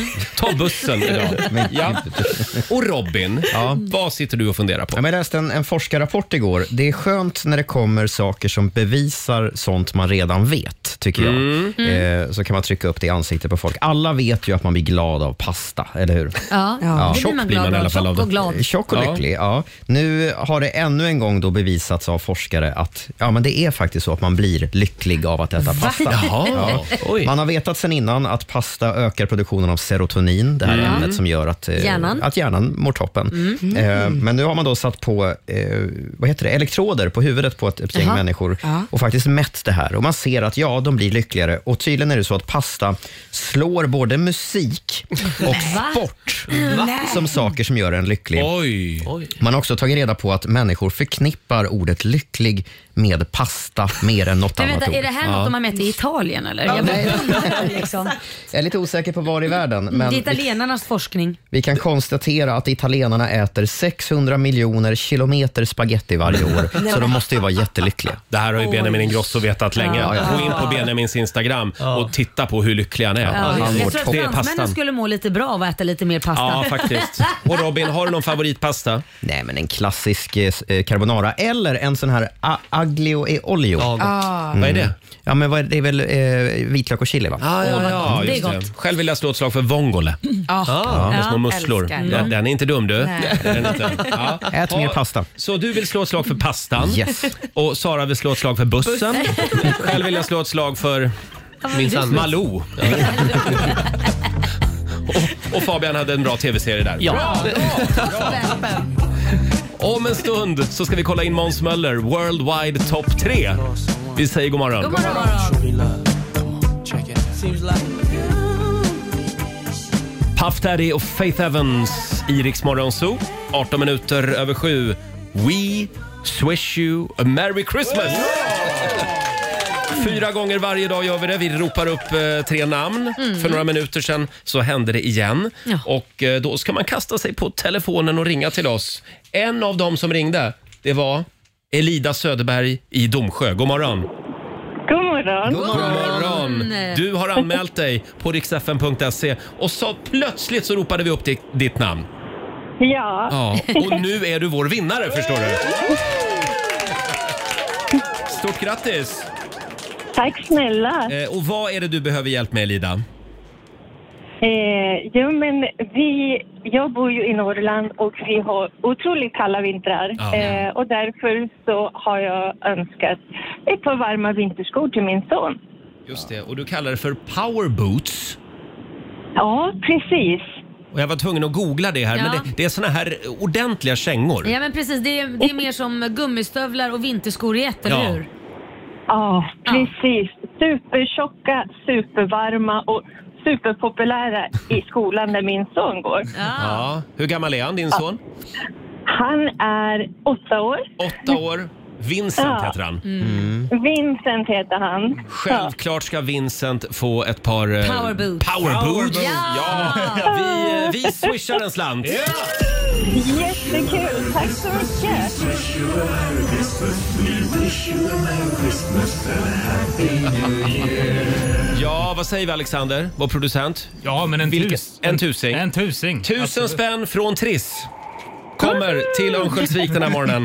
Ta bussen idag. Ja. Och Robin, vad sitter du och funderar på? Ja, men jag läste en, en forskarrapport igår. Det är skönt när det kommer saker som bevisar sånt man redan vet, tycker jag. Mm. Eh, så kan man trycka upp det i ansiktet på folk. Alla vet ju att man blir glad av pasta, eller hur? Ja, Ja. det Tjock blir man blir man glad i alla av. fall av Tjock det. och glad. Tjock och Ja. lycklig, ja. Nu har det ännu en gång då bevisats av forskare att ja, men det är faktiskt så att man blir lycklig av att äta pasta. Jaha. Ja. Oj. Man har vetat sedan innan att pasta ökar produktionen av serotonin, det här ämnet som gör att, eh, Hjärnan. att hjärnan mår toppen. Eh, men nu har man då satt på eh, vad heter det? elektroder på huvudet på ett, ett gäng Jaha. människor Ja. och faktiskt mätt det här. Och man ser att ja, de blir lyckligare. Och tydligen är det så att pasta slår både musik och sport som saker som gör en lycklig. Oj. Oj. Man har också tagit reda på att människor förknippar ordet lycklig med pasta mer än något Men annat vänta, ord. är det här något de har mätt i Italien eller? Jag nej. undrar, liksom. Jag är lite osäker på var i världen, Det men är vi, italienarnas forskning. vi kan konstatera att italienarna äter sexhundra miljoner kilometer spaghetti varje år, så de måste ju vara jättelyckliga. Det här har ju Benjamin Ingrosso vetat länge. Ja, ja. Gå in på Benjamins Instagram och titta på hur lycklig han är. Ja, han mår jag tror toppen. Det är att fransmännen pastan. skulle må lite bra av att äta lite mer pasta. Ja, faktiskt. Och Robin, har du någon favoritpasta? Nej, men en klassisk eh, carbonara eller en sån här a- aglio e olio. Ja, ah. Vad är det? Ja, men vad är det? Det är väl eh, vitlök och chili, va? Ah, ja, ja, just det. det. Själv vill jag slå ett slag för vongole. Ah. Ah, med små musslor. Mm. Den är inte dum, du. Den är inte. Ja. Ät mer pasta. Så du vill slå ett slag för pastan. Yes. Och Sara vill slå ett slag för bussen. Själv vill jag slå ett slag för min Malou. Ja. och, och Fabian hade en bra tv-serie där. Ja. Bra, bra, bra. Om en stund så ska vi kolla in Måns Möller, Worldwide Top tre. Vi säger god morgon. God morgon. Puff Daddy och Faith Evans i Rix Morgon Zoo. arton minuter över sju. We swish you a Merry Christmas. Fyra gånger varje dag gör vi det. Vi ropar upp eh, tre namn. Mm. För några minuter sedan så hände det igen. Ja. Och eh, då ska man kasta sig på telefonen och ringa till oss. En av dem som ringde, det var Elida Söderberg i Domsjö. God morgon. God morgon. God morgon. Du har anmält dig på riksfn punkt se och så plötsligt så ropade vi upp ditt, ditt namn. Ja. Ja. Och nu är du vår vinnare, förstår du. Stort grattis. Tack snälla. Eh, och vad är det du behöver hjälp med, Elida? Eh, jo, men vi, jag bor ju i Norrland och vi har otroligt kalla vintrar. Ja. Eh, och därför så har jag önskat ett par varma vinterskor till min son. Just det, och du kallar det för power boots. Ja, precis. Och jag var tvungen att googla det här, Ja. men det, det är såna här ordentliga kängor. Ja, men precis. Det är, det är mer som gummistövlar och vinterskor i ett, eller Ja. hur? Ja, precis. Supertjocka, supervarma och superpopulära i skolan där min son går. Ja. Hur gammal är han, din son? Han är åtta år. Åtta år. Vincent Ja. heter han. Mm. Vincent heter han. Självklart ska Vincent få ett par eh, Power boots. Power boots. Power boots. Ja. Ja. Vi, eh, vi swishar en slant. Jättekul, tack så mycket. Ja, vad säger vi, Alexander, vår producent? Ja, men en, Vilka- tus, en tusing. En tusing. Tusen Absolut. spänn från Triss kommer till Örnsköldsvik den här morgonen.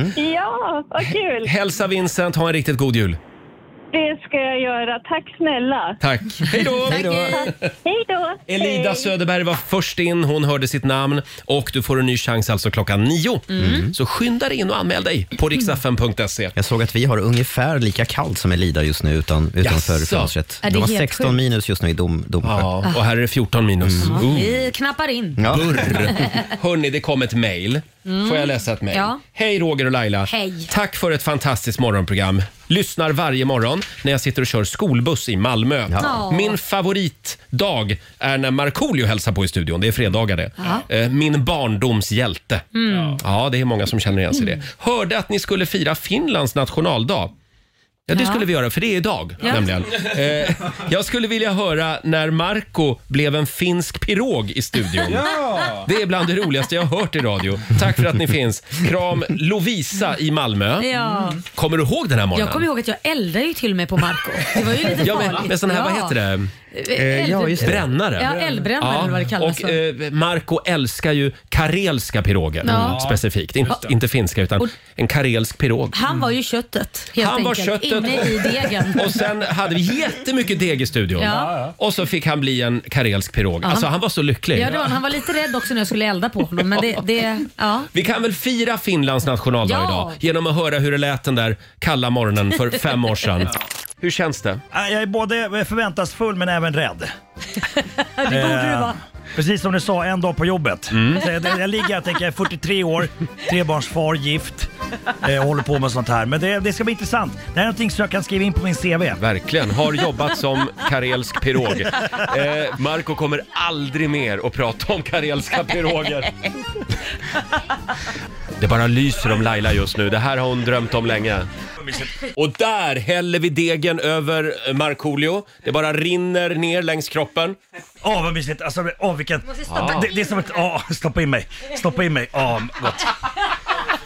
Ja, vad kul. Hälsa Vincent, ha en riktigt god jul. Det ska jag göra. Tack snälla. Tack. Hej då! Hej då. Hej då. Elida Söderberg var först in, hon hörde sitt namn och du får en ny chans alltså klockan nio. Mm. Så skynda dig in och anmäl dig på riksfn punkt se. Jag såg att vi har ungefär lika kallt som Elida just nu utan, utanför Jaså? fönstret. Ja, det är De har helt sexton sjukt. minus just nu i Dom, Domsjö. Ja, och här är det fjorton minus. Ja, Uh. vi knappar in. Ja. Burr. Hörrni, det kom ett mejl. Mm. Får jag läsa ett mejl? Ja. Hej Roger och Laila. Hej. Tack för ett fantastiskt morgonprogram. Lyssnar varje morgon när jag sitter och kör skolbuss i Malmö. Ja. Min favoritdag är när Markoolio hälsar på i studion. Det är fredagar det. Ja. Eh, Min barndomshjälte. Mm. Ja, det är många som känner igen sig i det. Hörde att ni skulle fira Finlands nationaldag. Ja, det Ja. skulle vi göra, för det är idag Ja. nämligen. Eh, jag skulle vilja höra när Marco blev en finsk pirog i studion. Ja. Det är bland det roligaste jag har hört i radio. Tack för att ni finns. Kram Lovisa i Malmö. Ja. Kommer du ihåg den här morgonen? Jag kommer ihåg att jag eldade ju till och med på Marco. Det var ju lite Ja, farligt. med, med sån här, vad heter det? Eh, ja, just det. Brännare. Ja, eldbrännare eller vad det kallas Och eh, Marco älskar ju karelska piroger Ja. specifikt. In, inte finska utan Och- en karelsk pirog. Han var ju köttet helt Han var enkelt. köttet. Inne i degen. Och sen hade vi jättemycket deg i studion. Ja. Och så fick han bli en karelsk pirog. Ja. Alltså han var så lycklig. Ja, det var, han var lite rädd också när jag skulle elda på honom. Men det, det, ja. Vi kan väl fira Finlands nationaldag Ja. idag genom att höra hur det lät den där kalla morgonen för fem år sedan. Hur känns det? Jag är både förväntansfull men även rädd. Det borde du vara. Precis som du sa, en dag på jobbet. Mm. Så jag, jag ligger jag tänker, jag är fyrtiotre år, trebarnsfar, gift eh, och håller på med sånt här. Men det, det ska bli intressant. Det här är någonting som jag kan skriva in på min C V. Verkligen. Har jobbat som karelsk pirog. Eh, Marco kommer aldrig mer att prata om karelska piroger. Det bara lyser om Laila just nu. Det här har hon drömt om länge. Och där häller vi degen över Markoolio. Det bara rinner ner längs kroppen. Åh, oh, vad mysigt. Alltså, åh, vilken... stoppa. Det, det är som ett... Åh, stoppa in mig. Stoppa in mig. Åh, gott.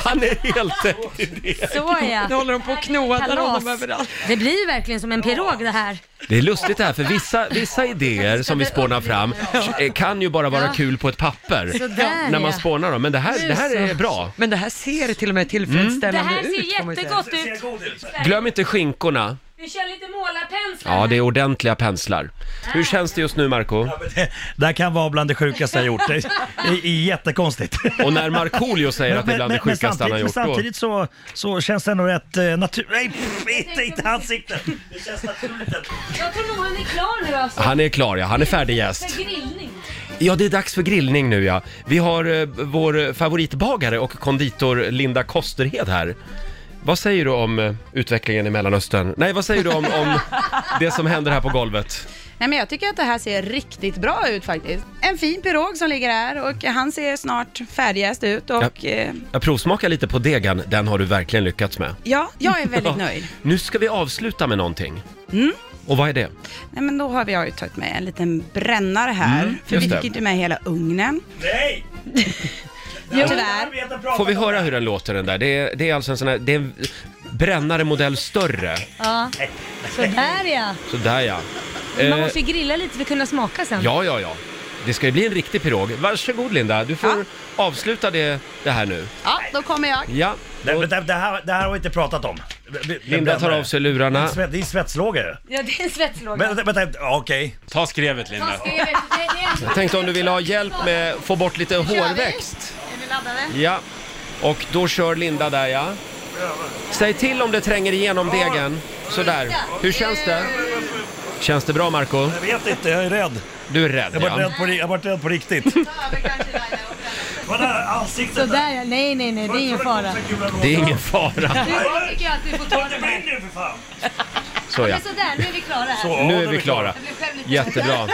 Han är helt rätt i det. Så ja. Nu håller de på och knådar Kalas. honom överallt. Det blir ju verkligen som en pirog det här. Det är lustigt det här, för vissa, vissa idéer som vi spånar fram eh, kan ju bara vara Ja. kul på ett papper Sådär, när man ja. spånar dem. Men det här, det här är bra. Men det här ser till och med tillfredsställande Det här ut. ser får man ju säga. jättegott ut. Glöm inte skinkorna. Vi kör lite målarpenslar. Ja, det är ordentliga penslar. Hur känns det just nu, Marco? Det där kan vara bland det sjukaste jag gjort. Det är, det är jättekonstigt. Och när Markoolio säger att det är bland det sjukaste han har gjort, men då... samtidigt så, så känns det ändå rätt eh, naturligt. Nej, pff, inte, inte ansiktet. Det känns naturligt. Jag tror nog han är klar nu alltså. Han är klar, ja. Han är färdigjäst. För grillning. Ja, det är dags för grillning nu, ja. Vi har eh, vår favoritbagare och konditor Linda Kosterhed här. Vad säger du om eh, utvecklingen i Mellanöstern? Nej, vad säger du om, om det som händer här på golvet? Nej, men jag tycker att det här ser riktigt bra ut faktiskt. En fin pirog som ligger här och han ser snart färdigast ut. Och, Ja. eh, Jag provsmakar lite på degen, den har du verkligen lyckats med. ja, jag är väldigt nöjd. Nu ska vi avsluta med någonting. Mm. Och vad är det? Nej, men då har vi ju tagit med en liten brännare här. Mm, för just vi det. fick inte med hela ugnen. Nej! Jo, tyvärr. Får vi höra hur den låter, den där? Det är, det är alltså en sån här, det är en brännare modell större. Ja. Sådär ja. Sådär ja. Man Eh, måste ju grilla lite för att kunna smaka sen. Ja, ja, ja. Det ska ju bli en riktig pirog. Varsågod Linda, du får avsluta det, det här nu. Ja, då kommer jag. Ja. Det, det, det, här, det här har vi inte pratat om. Linda tar av sig lurarna. Det är, svett, det är svetslågor. Ja, det är en svetslåga. Men vänta, ja, okej. Ta skrevet Linda. Jag tänkte om du vill ha hjälp med att få bort lite hårväxt. Är vi laddade? Ja, och då kör Linda där, ja. Säg till om det tränger igenom degen. Sådär. Hur känns det? Känns det bra, Marco? Jag vet inte, jag är rädd. Du är rädd, Jag har varit ja. rädd på, ri- jag har varit rädd på riktigt. Vad där, ansiktet Sådär ja. Nej, nej, nej. Det är ingen fara. Det är ingen fara. Du tycker jag att du får ta det här. nu för fan. Så ja. Men sådär, nu är vi klara här. Så, Nu är vi klara. Jättebra.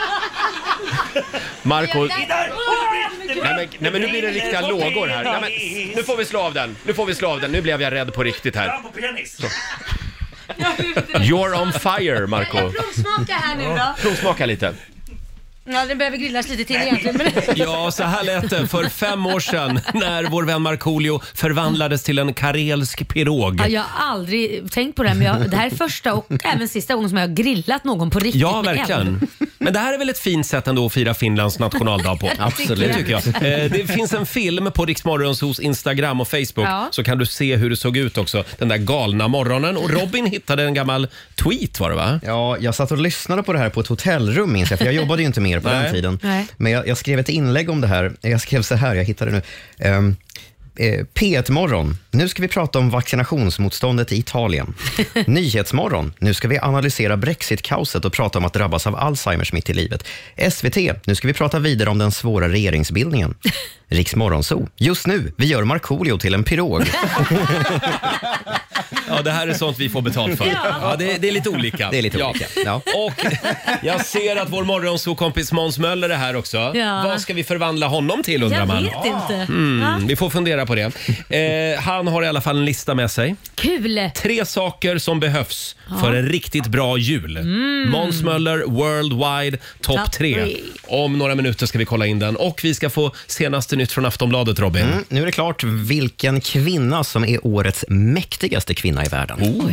Marco. Nej men, nej men nu blir det riktiga lågor här. Nej, men, nu får vi slå av den. Nu får vi slå av den. Nu blev jag rädd på riktigt här. på penis. You're on fire, Marco. Jag provsmakar här nu då. Provsmaka lite. Ja, det behöver grillas lite till egentligen. Men... Ja, så här lät det för fem år sedan när vår vän Markoolio förvandlades till en karelsk pirog. Ja, jag har aldrig tänkt på det, men jag, det här är första och även sista gången som jag har grillat någon på riktigt. Ja, med verkligen. eld. Men det här är väl ett fint sätt ändå att fira Finlands nationaldag på. Absolut. Det tycker jag. Eh, Det finns en film på Rix Morgonzos Instagram och Facebook, Ja. så kan du se hur det såg ut också den där galna morgonen. Och Robin hittade en gammal tweet, var det va? Ja, jag satt och lyssnade på det här på ett hotellrum minns jag, för jag jobbade ju inte mer på Nej. den tiden. Nej. Men jag, jag skrev ett inlägg om det här. Jag skrev så här, jag hittade det nu. Um, eh, P ett-morgon. Nu ska vi prata om vaccinationsmotståndet i Italien. Nyhetsmorgon. Nu ska vi analysera Brexit-kaoset och prata om att drabbas av Alzheimers mitt i livet. S V T. Nu ska vi prata vidare om den svåra regeringsbildningen. Rix Morgonzoo. Just nu, vi gör Markoolio till en pirog. Ja, det här är sånt vi får betalt för. Ja. Ja, det, det är lite olika. Det är lite olika. Ja. Och jag ser att vår morgonzoo-kompis Måns Möller är här också. Ja. Vad ska vi förvandla honom till, undrar Jag man? vet inte. Mm, Va? vi får fundera på det. Eh, han har i alla fall en lista med sig. Kul! Tre saker som behövs för en riktigt bra jul. Mm. Måns Möller Worldwide Top Top tre. tre. Om några minuter ska vi kolla in den. Och vi ska få senaste nytt från Aftonbladet, Robin. Mm, nu är det klart vilken kvinna som är årets mäktigaste kvinna i världen. Oh.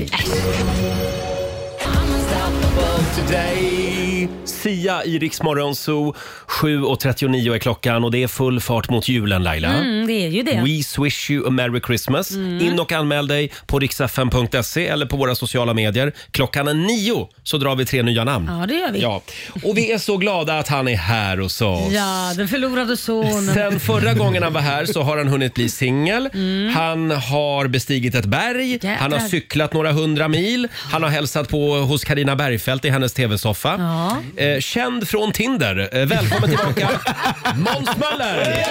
Today. Sia i Rix Morgonzoo. sju och trettionio är klockan och det är full fart mot julen, Laila. Mm, det är ju det. We wish you a merry Christmas. In och anmäl dig på riksfm punkt se eller på våra sociala medier. Klockan är nio så drar vi tre nya namn. Ja, det gör vi. Ja. Och vi är så glada att han är här hos oss. Ja, den förlorade sonen. Sen förra gången han var här så har han hunnit bli singel. Han har bestigit ett berg. Jäklar. Han har cyklat några hundra mil. Han har hälsat på hos Carina Bergfeldt i hennes tv-soffa. Ja. Eh, känd från Tinder. Eh, välkommen tillbaka, Måns Möller!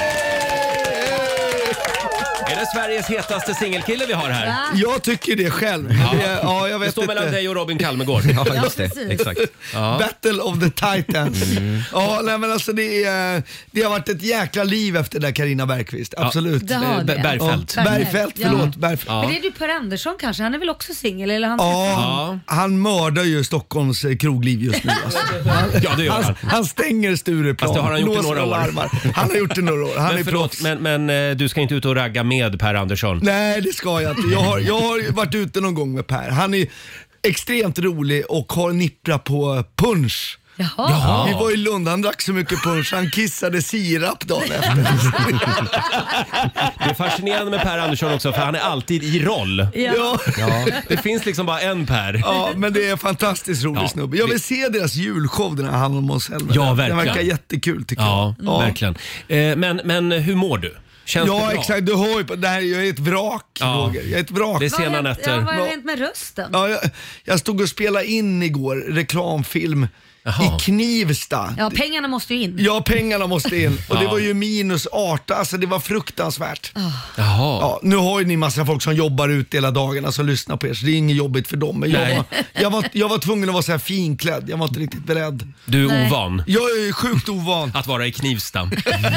Är det Sveriges hetaste singelkille vi har här? Va? Jag tycker det själv. Ja. Det, ja, jag Det vet står inte. mellan dig och Robin Kalmegård. Ja, just det. precis. Exakt. Ja. Battle of the Titans. Mm. Ja, nej, men alltså det, är, det har varit ett jäkla liv efter det där Carina Bergqvist. Absolut. Det har Eh, det. Bergfeldt. Ja, Bergfeldt, Ja. förlåt. Bergfeldt. Ja. Men det är du Per Andersson kanske? Han är väl också singel? Eller han Ja, han mördar ju Stockholms eh, krogliv just nu. Alltså. Ja, det gör Han, han. han stänger Stureplan. Fast det har han gjort i Blåser några och år. larmar. Han har gjort det i några år. Han Men är förlåt, proffs. men, men eh, du ska inte ut och ragga med med Per Andersson? Nej, det ska jag inte. Jag har, jag har varit ute någon gång med Per. Han är extremt rolig och har nipprat på punsch. Jaha. Jaha. Vi var i Lund, han drack så mycket punsch, han kissade sirap dagen efter. Det är fascinerande med Per Andersson också, för han är alltid i roll. Ja. Ja. Det finns liksom bara en Per. Ja, men det är en fantastiskt rolig Ja. snubbe. Jag vill se deras julshow, den här Han och Måns Zelmerlöw. Ja, verkligen. Den verkar jättekul tycker Ja, jag. Ja, verkligen. Eh, men, men hur mår du? Känns ja det bra? exakt. Du hör ju på det här, jag är ett vrak, Ja. Roger. Jag är ett vrak. Det är sena nätter. Ja, vad har hänt med rösten? Ja, jag, jag stod och spelade in igår reklamfilm Jaha. i Knivsta. Ja, pengarna måste ju in. Ja, pengarna måste in. Och det Ja. var ju minus arton, alltså det var fruktansvärt. Oh. Jaha. Ja, nu har ju ni massa folk som jobbar ut hela dagarna som lyssnar på er, så det är inget jobbigt för dem. Men jag Nej. var, jag, var, jag var tvungen att vara så här finklädd, jag var inte riktigt beredd. Du är Nej. ovan Jag är sjukt ovan. att vara i Knivsta.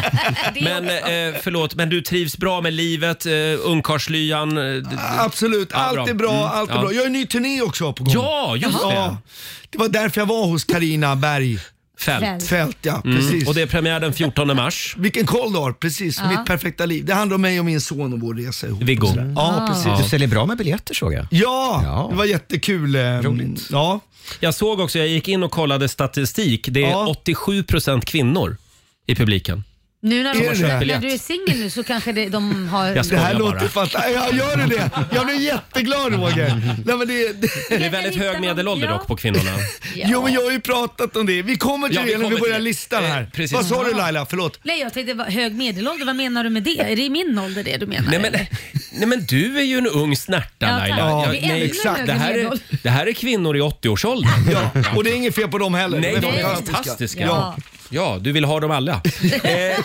Men eh, förlåt, men du trivs bra med livet, eh, ungkarlslyan? Eh, d- Absolut, Ja, allt bra. är bra, Mm, allt är ja. bra. Jag har en ny turné också på gång. Ja, just det. Ja, det var därför jag var hos Carina Berg. Fält. Fält, ja, Mm. precis. Och det är premiär den fjortonde mars. Vilken koll du har, precis. Ja. Mitt perfekta liv. Det handlar om mig och min son och vår resa ihop. Viggo. Och sådär. Ja, Ah. precis. Du säljer bra med biljetter såg jag. Ja, Ja. det var jättekul. ehm, Roligt. Ja. Jag såg också, jag gick in och kollade statistik. Det är Ja. åttiosju procent kvinnor i publiken. Nu när, Är de, det? när du är singel nu så kanske det, de har... Jag Det skojar här bara. låter fantastiskt. Ja, gör du det? Jag blir jätteglad, Roger. Nej, men det, det... Det är väldigt hög medelålder Ja. dock på kvinnorna. Jo, men jag har ju pratat om det. Vi kommer till Ja, vi det när vi kommer börjar till det. listan Eh, här. precis. Vad sa du Laila? Förlåt. Nej, jag tänkte vad- hög medelålder, vad menar du med det? Är det i min ålder det du menar? Nej men, eller? nej men du är ju en ung snärta Ja, tack. Laila. Ja, Jag- det är nej, ännu exakt. högre Det här, är, medelålder. det här är kvinnor i åttio-årsåldern. Ja, och det är inget fel på dem heller. Nej, de är fantastiska. fantastiska. Ja. Ja, du vill ha dem alla. Eh,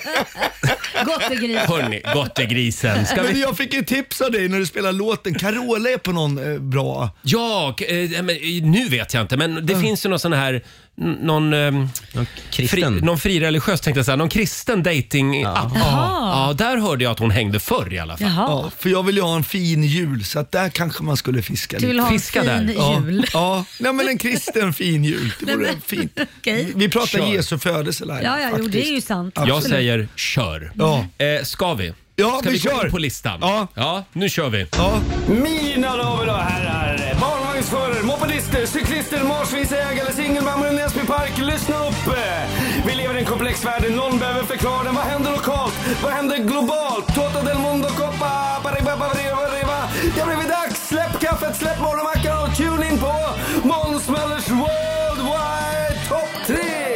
Gottegris. hörni, gottegrisen. Ska Men vi... jag fick ju tips av dig när du spelar låten. Carola är på någon eh, bra... Ja, eh, men, eh, nu vet jag inte, men det finns ju någon sån här n- någon, ehm, Någon fri, kristen. någon frireligiös tänkte jag säga, någon kristen dating ja. Ja. Jaha. ja, där hörde jag att hon hängde förr i alla fall. Jaha. Ja, för jag vill ju ha en fin jul, så att där kanske man skulle fiska Du vill lite. ha en Fiska fin där. Ja, jul. ja. Nej, men en kristen fin jul. Det vore Nej, men- fint. Okej. Vi pratar Kör. Jesu födelse Laila, Ja, ja, jo, faktiskt. det är ju sant. Jag Absolut. säger kör. Ja. Eh, ska vi? Ja, Ska vi vi gå kör. in på listan? Ja. Ja, nu kör vi. Ja. Mina damer och herrar, barnvagnsförare, mopedister, cyklister, marsvinsägare, singelmammor i Näsby Park, lyssna upp! Vi lever i en komplex värld, någon behöver förklara den. Vad händer lokalt? Vad händer globalt? Toto del mundo, coppa, pariba, pariba, pariba. Det har blivit dags, släpp kaffet, släpp morgonmackan och tune in på Måns Möllers Worldwide Top tre!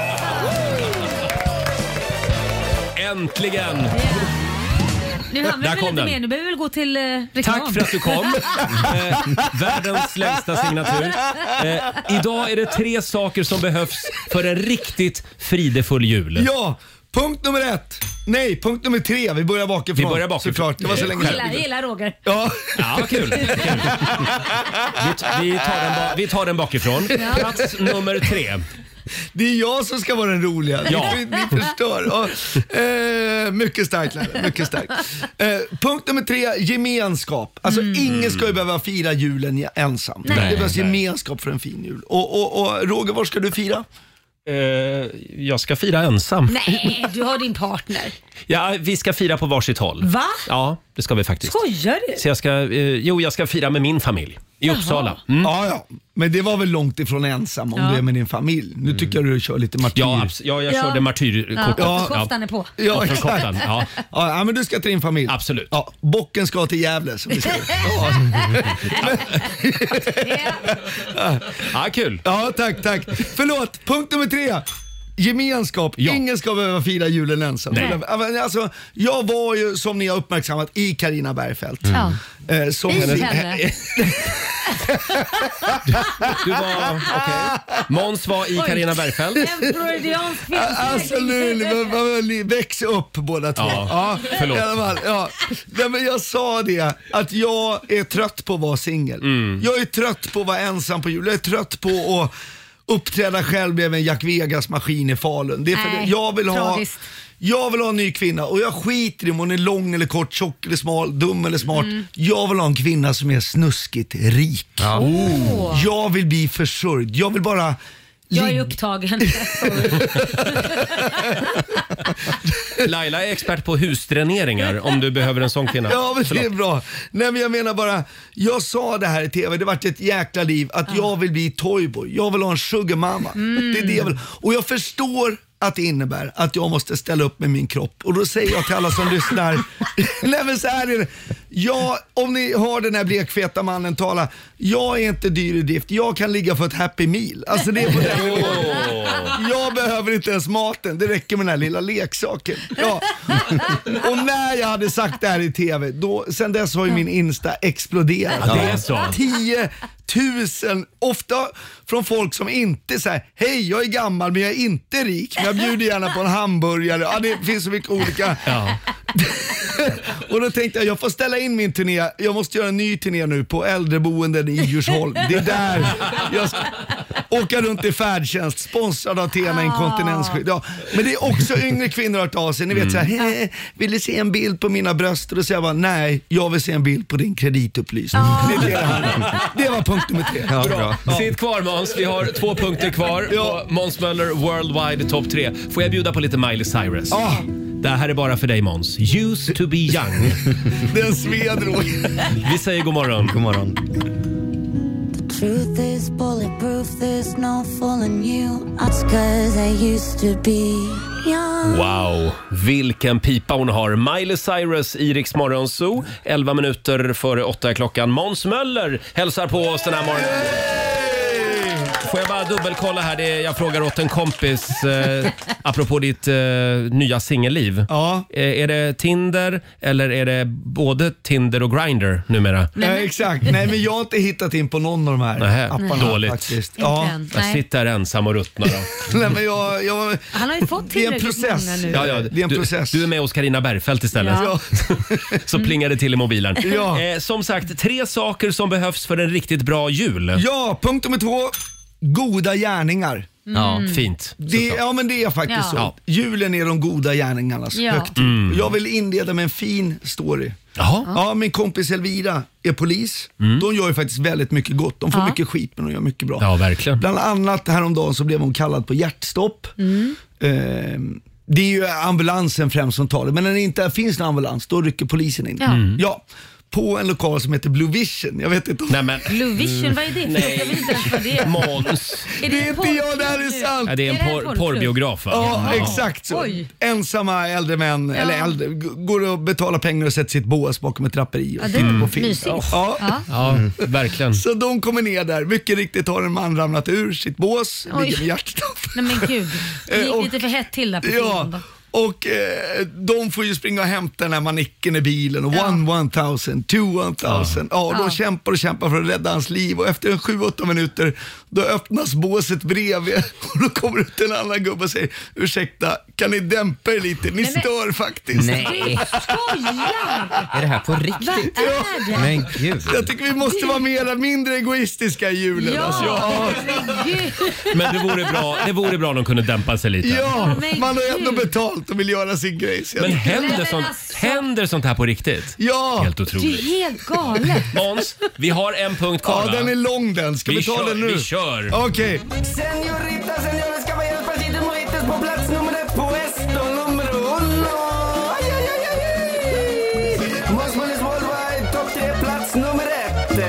Äntligen! Nu Där hamnar vi kom lite den. mer. Nu behöver vi väl gå till eh, reklam. Tack för att du kom. Eh, världens längsta signatur. Eh, idag är det tre saker som behövs för en riktigt fridefull jul. Ja, punkt nummer ett. Nej, punkt nummer tre. Vi börjar bakifrån. Vi börjar bakifrån. Såklart, det var så länge Gillar, sedan. gillar Roger. Ja. Ja, kul. kul. Vi, t- vi, tar den ba- vi tar den bakifrån. Plats nummer tre. Det är jag som ska vara den roliga. Ja. Ni, ni förstör. Ja. Eh, mycket starkt Laila, mycket starkt. Eh, punkt nummer tre, gemenskap. Alltså ingen ska ju behöva fira julen ensam. Nej. Det behövs Nej. gemenskap för en fin jul. Och, och, och Roger, var ska du fira? Eh, jag ska fira ensam. Nej, du har din partner. Ja, vi ska fira på varsitt håll. Va? Ja, det ska vi faktiskt. Skojar du? Så jag ska, eh, jo, jag ska fira med min familj i Uppsala. Mm. Ja, ja. Men det var väl långt ifrån ensam om Ja. du är med din familj. Nu tycker jag du kör lite martyr. Ja, abs- ja, jag Ja. körde martyrkortet. Ja, koftan är på. Ja, från exakt. koftan, ja. Ja, ja, men du ska till din familj. Absolut. Ja, bocken ska till Gävle som vi säger. Ja. Ja, kul. Ja, tack, tack. Förlåt, punkt nummer tre. Gemenskap. Ja. Ingen ska behöva fira julen ensam. Nej. Alltså, jag var ju, som ni har uppmärksammat, i Carina Bergfeldt. Ja. Eh, som I hennes- henne. Du var, okej. Måns var i Oj. Carina Bergfeldt. En freudiansk Absolut, men- men- men- väx upp båda två. Ja, förlåt. I alla fall, ja. Nej, men jag sa det, att jag är trött på att vara singel. Mm. Jag är trött på att vara ensam på jul. Jag är trött på att uppträda själv bredvid en Jack Vegas maskin i Falun. Det är för Nej, det. Jag vill ha tragiskt. Jag vill ha en ny kvinna och jag skiter i om hon är lång eller kort, tjock eller smal, dum eller smart. Mm. Jag vill ha en kvinna som är snuskigt rik. Oh. Jag vill bli försörjd. Jag vill bara Jag är ligga- upptagen. Laila är expert på husdräneringar om du behöver en sån kvinna. Ja, men det är Förlåt. bra. Nej, men jag menar bara, jag sa det här i tv, det vart ett jäkla liv att jag vill bli toyboy. Jag vill ha en sugar mama. Mm. Det är det jag vill. Och jag förstår att det innebär att jag måste ställa upp med min kropp. Och då säger jag till alla som lyssnar, nej men så här är det. Ja, om ni har den här blekfeta mannen tala, jag är inte dyr i drift, jag kan ligga för ett happy meal. Alltså det är på den nivån. Jag behöver inte ens maten, det räcker med den här lilla leksaken. Ja. Och när jag hade sagt det här i tv, då, sen dess har ju min Insta exploderat. Ja, det är så. tio tusen, ofta från folk som inte säger hej jag är gammal men jag är inte rik, men jag bjuder gärna på en hamburgare. Ja, det finns så mycket olika. Ja. Och då tänkte jag, jag får ställa in min turné. Jag måste göra en ny turné nu på äldreboenden i Djursholm. Det är där jag ska åka runt i färdtjänst, sponsrad av Tena inkontinensskydd. Ja, men det är också yngre kvinnor har hört av sig. Ni vet så här, vill du se en bild på mina bröst? Och då säger jag bara, nej, jag vill se en bild på din kreditupplysning. Det, är det, det, här. Det var punkt nummer tre. Ja, bra. Ja. Sitt kvar Måns, vi har två punkter kvar ja. på Måns Möller Worldwide Top tre. Får jag bjuda på lite Miley Cyrus? Ja. Det här är bara för dig Måns. Used to be young. Den sved då. Vi säger god morgon. God morgon. Truth is bulletproof, there's no fooling you. That's 'cause I used to be young. Wow, vilken pipa hon har. Miley Cyrus i Rix Morgon Zoo. elva minuter före åtta är klockan. Måns Möller hälsar på oss den här morgonen. Får jag bara dubbelkolla här, det är, jag frågar åt en kompis eh, apropå ditt eh, nya singelliv. Ja. Eh, är det Tinder eller är det både Tinder och Grindr numera? Nej, exakt. Nej, men jag har inte hittat in på någon av de här Nähä, apparna. dåligt. Faktiskt. Ja. Jag sitter ensam och ruttnar då. Nej, men jag, jag, Han har ju fått det är en tillräckligt process. många nu. Ja, ja, Det är en du, process. du är med hos Carina Bergfeldt istället. Ja. Så plingar det till i mobilen. Ja. Eh, som sagt, tre saker som behövs för en riktigt bra jul. Ja, punkt nummer två. Goda gärningar. Ja, fint. Det, ja, men det är faktiskt Ja. så. Ja. Julen är de goda gärningarnas Ja. högtid. Mm. Och jag vill inleda med en fin story. Jaha. Ja, min kompis Elvira är polis. De gör ju faktiskt väldigt mycket gott. De får Ja. mycket skit men de gör mycket bra. Ja, verkligen. Bland annat häromdagen så blev hon kallad på hjärtstopp. Mm. Ehm, det är ju ambulansen främst som tar det. Men när det inte finns någon ambulans, då rycker polisen in. Ja. Mm. Ja. På en lokal som heter Blue Vision. Jag vet inte om... Nej, men, Blue Vision, vad är det? Nej. Jag vet inte ens vad det är. Måns. Är Det är en inte jag, det här är porrklubb? sant. Ja, det är en Är det en por- porrklubb? porrbiograf va? Ja, exakt så. Oj. Ensamma äldre män, eller äldre, g- går och betalar pengar och sätter sitt bås bakom ett draperi och Ja, det är tittar på film. mysigt. Ja. Ja. Ja, verkligen. Så de kommer ner där. Mycket riktigt har en man ramlat ur sitt bås, Oj. ligger med hjärtstopp. Nej men gud, det gick Eh, och- lite för hett till där på Ja, filmen då. och eh, de får ju springa och hämta den här manicken i bilen och Ja. one one thousand, two one thousand. Ja, och de Ja. kämpar och kämpar för att rädda hans liv och efter en sju åtta minuter då öppnas båset bredvid och då kommer ut en annan gubbe och säger ursäkta, kan ni dämpa er lite? Ni Nej, men- stör faktiskt. Nej, Skojar! är det här på Vad riktigt? är det? Men gud. Jag tycker vi måste vara mera, mindre egoistiska i julen. Ja, Alltså, ja. herregud. Men det vore bra, det vore bra om de kunde dämpa sig lite. Ja, Men man har ju ändå gud. betalt och vill göra sin grej. Så jag Men tycker- händer men sånt, alltså- händer sånt här på riktigt? Ja, Helt Det är otroligt. helt galet. Måns, vi har en punkt kvar ja va? den är lång den. Ska vi, Vi ta kör, den nu? vi kör. Okej. Señorita, señores, caballeros, partidos mojitos på plats nummer ett på Esto nummer uno. Aj, aj, aj, aj, aj. Måns Möllers Worldwide topp tre, plats nummer ett.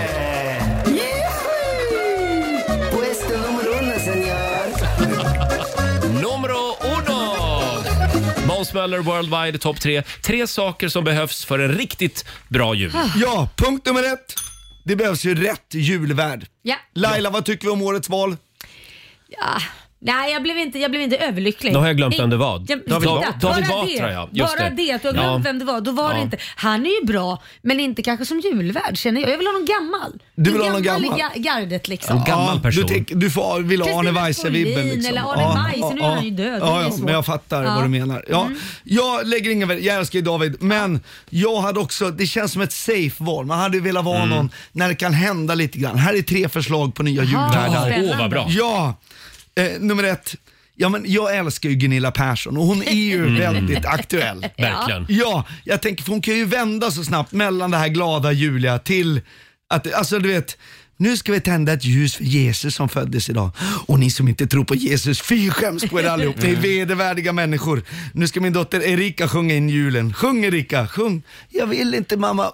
Yahoo! På Esto nummer uno, señor. Numero uno! Måns Möller Worldwide topp tre. Tre saker som behövs för en riktigt bra jul. Ja, punkt nummer ett. Det behövs ju rätt julvärd. Ja. Laila, vad tycker vi om årets val? Ja. Nej, jag blev inte, jag blev inte överlycklig. Då har jag glömt vem det var. Jag, David titta, Ba- David bara Batra, det, ja. Just Bara det. det, att du har glömt Ja. vem det var. Då var Ja. det inte. Han är ju bra, men inte kanske som julvärd känner jag. Jag vill ha någon gammal. Du vill En ha någon gammal? i ga- gardet liksom. En gammal person. Du, tänk, du får, vill ha Kristina Arne Weise-vibben Collin liksom. eller Arne Weise, nu är han ju död, det är Ja, ja, svårt. men jag fattar Ja. vad du menar. Ja, Mm. Jag lägger ingen värde, jag älskar ju David, men jag hade också, det känns som ett safe val. Man hade velat vara Mm. någon när det kan hända lite grann. Här är tre förslag på nya julvärdar. Åh, vad bra. Ja, eh, nummer ett. Ja, men jag älskar ju Gunilla Persson och hon är ju Mm. väldigt aktuell. Verkligen. Ja, jag tänker för hon kan ju vända så snabbt mellan det här glada Julia till att, alltså du vet, nu ska vi tända ett ljus för Jesus som föddes idag. Och ni som inte tror på Jesus, fy skäms på er allihop. Ni är vedervärdiga människor. Nu ska min dotter Erika sjunga in julen. Sjung Erika, sjung. Jag vill inte mamma.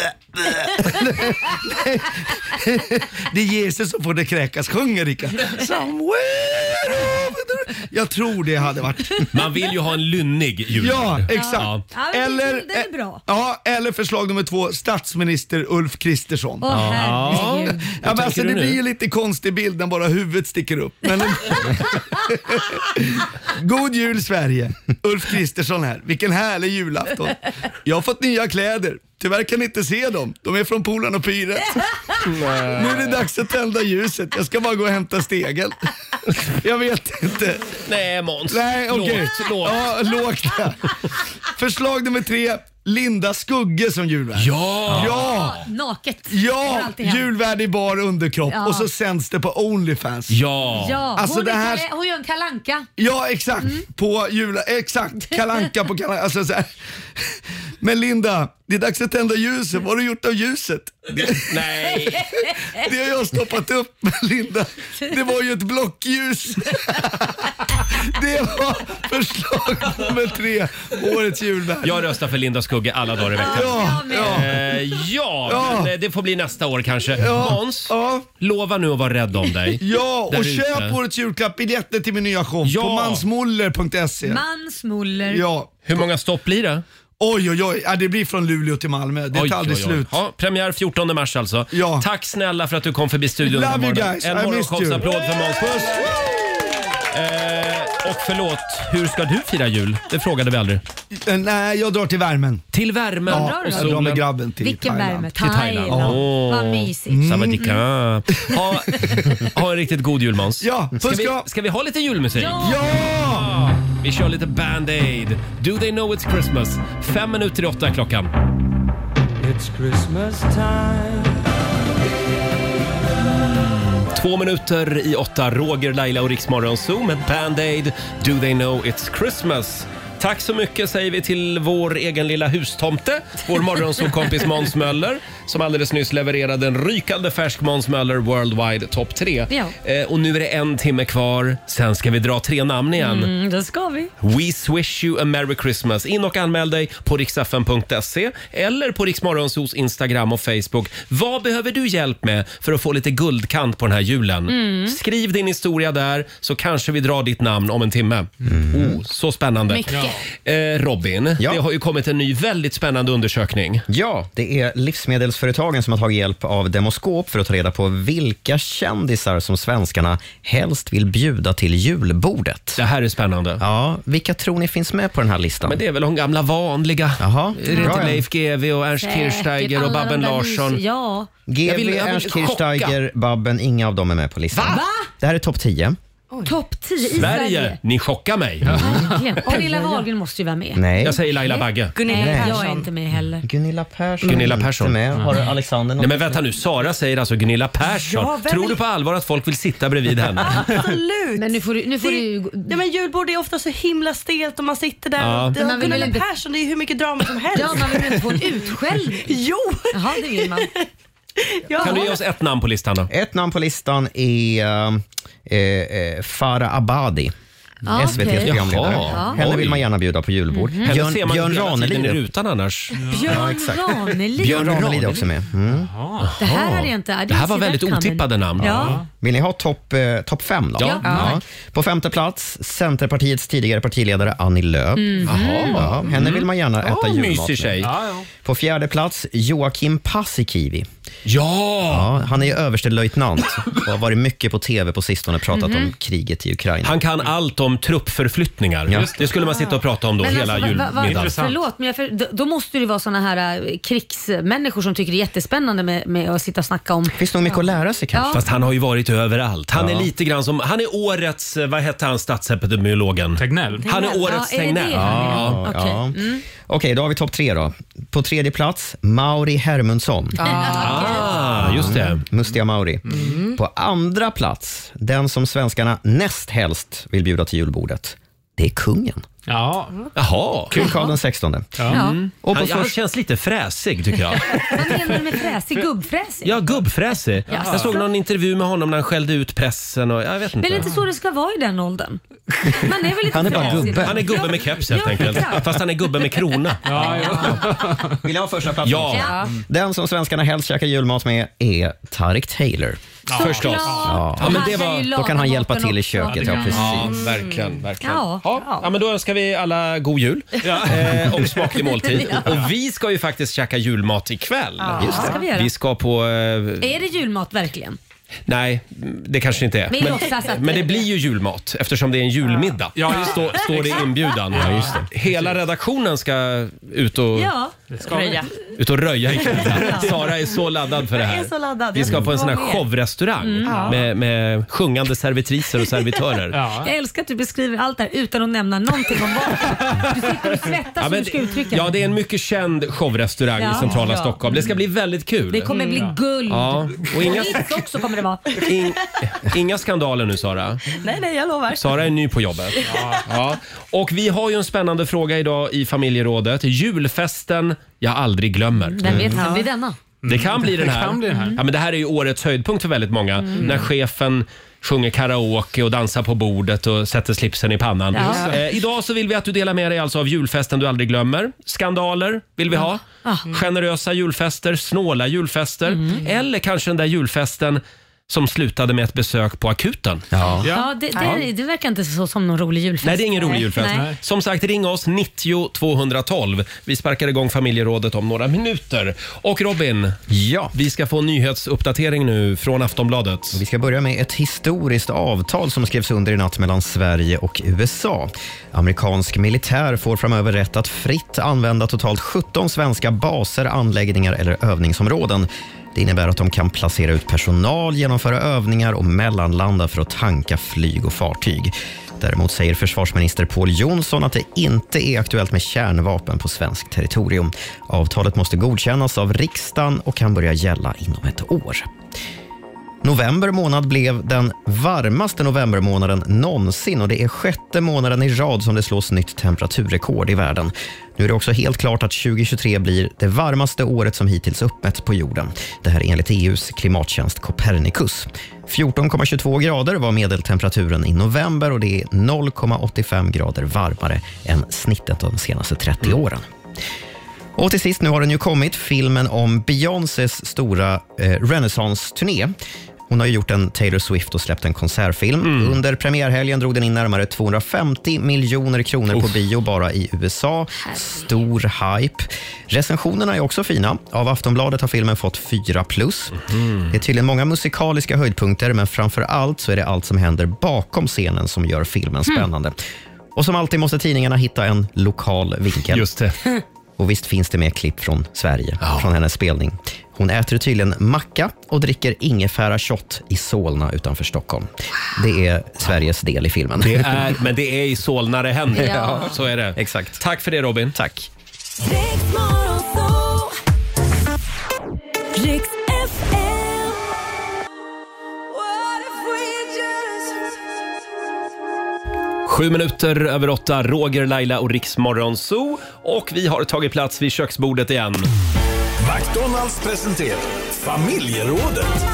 Det är Jesus som får det kräkas. Sjung Erika. Jag tror det hade varit. Man vill ju ha en lynnig jul. Ja, exakt. Ja, men Eller, det är bra. ja, eller förslag nummer två, statsminister Ulf Kristersson. Åh, herregud. Ja, men alltså, tänker det du nu? blir ju lite konstig bild när bara huvudet sticker upp. Men God jul Sverige. Ulf Kristersson här. Vilken härlig julafton. Jag har fått nya kläder. Tyvärr kan ni inte se dem. De är från Polarn och Pyret. Nu är det dags att tända ljuset. Jag ska bara gå och hämta stegen. Jag vet inte. Nej, Måns. Nej, okej. Okay. Lågt, lågt. Ja, lågt. Ja. Förslag nummer tre. Linda Skugge som julvärd. Ja! Ja! Naket. Ja! Alltid hem. Julvärd i bar underkropp. Ja. Och så sänds det på OnlyFans. Ja! Ja, Alltså hon, det är här- Kalle- hon gör en kalanka. Ja, exakt. Mm. På jula, exakt. Kalanka på kalanka. Alltså, så här. Men Linda, det är dags att tända ljuset. Vad har du gjort av ljuset? Det, Nej. det har jag stoppat upp. Men Linda, det var ju ett blockljus. Det var förslag nummer tre. Årets julvärd. Jag röstar för Linda Skugge alla dagar i veckan. Ja, ja. Eh, ja, Ja. men, eh, det får bli nästa år kanske. Ja. Måns, Ja. lova nu att vara rädd om dig. Ja, Där och ute. köp årets julklapp, biljetter till min nya show Ja. på mansmuller punkt se. Mansmuller. Ja. Hur många stopp blir det? Oj, oj, oj. Ja, det blir från Luleå till Malmö. Det Oj, tar aldrig oj, oj. slut. Ja, premiär fjortonde mars alltså. Ja. Tack snälla för att du kom förbi studion Love den här you morgonen. guys. En I missed you. morgonshowsapplåd för Måns. Puss! Eh, och förlåt, hur ska du fira jul? Det frågade vi aldrig. Eh, Nej, jag drar till värmen. Till värmen Ja, och jag drar solen. med grabben till Vilken Thailand. värme. Till Thailand. Thailand. Åh. Vad mysigt. Mm. Savadika. Ha, ha en riktigt god jul, Måns. Ja, ska, puss vi, då. ska vi ha lite julmusik? Ja. Ja! Vi kör lite Band-Aid. Do they know it's Christmas? Fem minuter i åtta är klockan. It's Christmas time. Två minuter i åtta. Roger, Laila och Riksmorgon Zoo med Band-Aid. Do they know it's Christmas? Tack så mycket säger vi till vår egen lilla hustomte, vår morgonsolkompis Måns Möller, som alldeles nyss levererade en rykande färsk Måns Möller Worldwide Top tre. Ja. Eh, och nu är det en timme kvar, sen ska vi dra tre namn igen. Mm, det ska vi. We wish you a merry Christmas. In och anmäl dig på riksfn punkt se eller på Riksmorgonsos Instagram och Facebook. Vad behöver du hjälp med för att få lite guldkant på den här julen? Mm. Skriv din historia där så kanske vi drar ditt namn om en timme. Oh, så spännande. Mycket. Eh, Robin, Ja. det har ju kommit en ny väldigt spännande undersökning. Ja, det är livsmedelsföretagen som har tagit hjälp av Demoskop för att ta reda på vilka kändisar som svenskarna helst vill bjuda till julbordet. Det här är spännande. Ja, vilka tror ni finns med på den här listan? Men det är väl de gamla vanliga. Jaha, Är det bra, inte ja. Leif G W och Ernst Säkert. Kirchsteiger och Alla Babben de där Larsson? mys- Ja. G Jag vill- W, jag vill Ernst chocka. Kirchsteiger, Babben, inga av dem är med på listan. Va? Det här är topp tio. Topp tio i Sverige, Sverige. ni chockar mig. Verkligen. Pernilla Wahlgren måste ju vara med. Nej. Jag säger Laila Bagge. Gunilla Nej. jag är inte med heller. Gunilla Persson Gunilla är Persson. inte med. Har Alexander något? Nej men vänta nu, Sara säger alltså Gunilla Persson. Ja, vem Tror vill- du på allvar att folk vill sitta bredvid henne? Absolut. Men nu får du... Nu får Det- du Ja, men julbord är ofta så himla stelt och man sitter där Ja. och det, Men man vill Gunilla väl inte- Persson, det är hur mycket drama som helst. ja, man vill väl inte få en utskällning? Jo! Jaha, det vill man. Ja. Kan du ge oss ett namn på listan då? Ett namn på listan är eh, eh, Farah Abadi. Ja, S V T:s okej. programledare. Jaha. Henne Oj. vill man gärna bjuda på julbord. Henne Björn, ser man Björn hela tiden i Ranelid. rutan annars. Björn Ranelid. Björn Ranelid är Ranelid. också med. Mm. Det här hade jag inte... Det här var väldigt otippade namn. Ja. Vill ni ha topp eh, top fem då? Ja. Ja. På femte plats, Centerpartiets tidigare partiledare Annie Lööf. Ja, henne vill man gärna äta Ja, julmat mysig med. tjej. På fjärde plats, Joakim Paasikivi. Ja! Ja, han är ju överstelöjtnant och har varit mycket på tv på sistone och pratat om kriget i Ukraina. Han kan allt om truppförflyttningar. Ja. Det skulle man sitta och prata om då Men hela alltså, va- va- julmiddagen. Förlåt, men jag för, då, då måste det ju vara såna här äh, krigsmänniskor som tycker det är jättespännande med, med att sitta och snacka om... Det finns nog mycket att lära sig kanske. Ja. Fast han har ju varit överallt. Han Ja. är lite grann som, han är årets, vad hette han, statsepidemiologen? Tegnell. Han är årets Ja, är det Tegnell. det han är? Ja, Okej. ja. Mm. Okej, då har vi topp tre då. På tredje plats, Mauri Hermundsson. Ah, just det. Mustiga Mauri. På andra plats, den som svenskarna näst helst vill bjuda till julbordet. Det är kungen. Ja. Jaha. Kung Karl den sextonde. Ja. Mm. Och på han, han först... känns lite fräsig tycker jag. Vad menar du med fräsig? Gubbfräsig? Ja, gubbfräsig. Ja. Jag såg någon intervju med honom när han skällde ut pressen och jag vet inte. Men det är inte så det ska vara i den åldern. Man är väl lite Han är bara fräsig. gubbe. Han är gubbe med keps helt Ja, enkelt. klart. Fast han är gubbe med krona. Ja, ja. Vill jag ha första plats? Ja. Ja. Den som svenskarna helst käkar julmat med är Tareq Taylor. Ja. Förstås. Ja. Ja, men det var... Då kan han hjälpa till i köket. Ja, precis. Ja, verkligen. verkligen. Ja, Ja. Ja, men då önskar vi alla god jul eh, och smaklig måltid. Ja. Och vi ska ju faktiskt käka julmat ikväll. Ja, Just det. Ska vi göra. Vi ska på... Eh, Är det julmat verkligen? nej, det kanske inte är. Vi Men, låtsas att det men det är blir ju julmat eftersom det är en julmiddag. Ja, det står, står det i inbjudan. Ja, just det. Hela redaktionen ska ut och, Ja. Röja. ut och röja ikväll. Sara är så laddad för det Jag här. är så laddad. Vi ska Jag på en sån här vill vara med. shovrestaurang Mm. Ja. med, med sjungande servitriser och servitörer. Jag älskar att du beskriver allt där utan att nämna någonting om vad. Du sitter och svettas Ja, hur men, du ska uttrycka ja, det är en mycket känd shovrestaurang Ja. i centrala Ja. Stockholm. Det ska bli väldigt kul. Det kommer bli guld. Ja, och inga, Hits också kommer det vara. in, inga skandaler nu, Sara. Nej, nej, jag lovar. Sara är ny på jobbet. Ja. Och vi har ju en spännande fråga idag i familjerådet. Julfesten jag aldrig glömmer. Vem vet, kan bli denna? Det kan bli den Det här. kan bli den här. Ja, men det här är ju årets höjdpunkt för väldigt många. När chefen sjunger karaoke och dansar på bordet och sätter slipsen i pannan. Ja. Eh, idag så vill vi att du delar med dig alltså av julfesten du aldrig glömmer. Skandaler vill vi ha. Ah. Generösa julfester, snåla julfester. Eller kanske den där julfesten som slutade med ett besök på akuten. Ja. Ja, det, det, det verkar inte så som någon rolig julfest. Nej, det är ingen rolig julfest. Nej. Som sagt, ring oss nittio tvåhundratolv. Vi sparkar igång familjerådet om några minuter. Och Robin, Ja. vi ska få en nyhetsuppdatering nu från Aftonbladet. Vi ska börja med ett historiskt avtal som skrevs under i natt mellan Sverige och U S A. Amerikansk militär får framöver rätt att fritt använda totalt sjutton svenska baser, anläggningar eller övningsområden. Det innebär att de kan placera ut personal, genomföra övningar och mellanlanda för att tanka flyg och fartyg. Däremot säger försvarsminister Pål Jonsson att det inte är aktuellt med kärnvapen på svenskt territorium. Avtalet måste godkännas av riksdagen och kan börja gälla inom ett år. November månad blev den varmaste novembermånaden någonsin och det är sjätte månaden i rad som det slås nytt temperaturrekord i världen. Nu är det också helt klart att tjugohundratjugotre blir det varmaste året som hittills uppmätt på jorden. Det här är enligt E U:s klimattjänst Copernicus. fjorton komma tjugotvå grader var medeltemperaturen i november och det är noll komma åttiofem grader varmare än snittet de senaste trettio åren. Och till sist, nu har den ju kommit, filmen om Beyoncés stora eh, Renaissance-turné. Hon har ju gjort en Taylor Swift och släppt en konsertfilm. Mm. Under premiärhelgen drog den in närmare tvåhundrafemtio miljoner kronor Uff. på bio bara i U S A. Stor hype. Recensionerna är också fina. Av Aftonbladet har filmen fått fyra plus. Mm. Det är tydligen många musikaliska höjdpunkter, men framför allt så är det allt som händer bakom scenen som gör filmen spännande. Mm. Och som alltid måste tidningarna hitta en lokal vinkel. Just det. Och visst finns det med klipp från Sverige, ja. från hennes spelning. Hon äter tydligen macka och dricker ingefära shot i Solna utanför Stockholm. Det är Sveriges del i filmen. Det är, men det är i Solna det händer. Ja. Så är det. Exakt. Tack för det, Robin. Tack. Sju minuter över åtta, Roger, Laila och Riks Morgonzoo. Och vi har tagit plats vid köksbordet igen. McDonalds presenterar Familjerådet.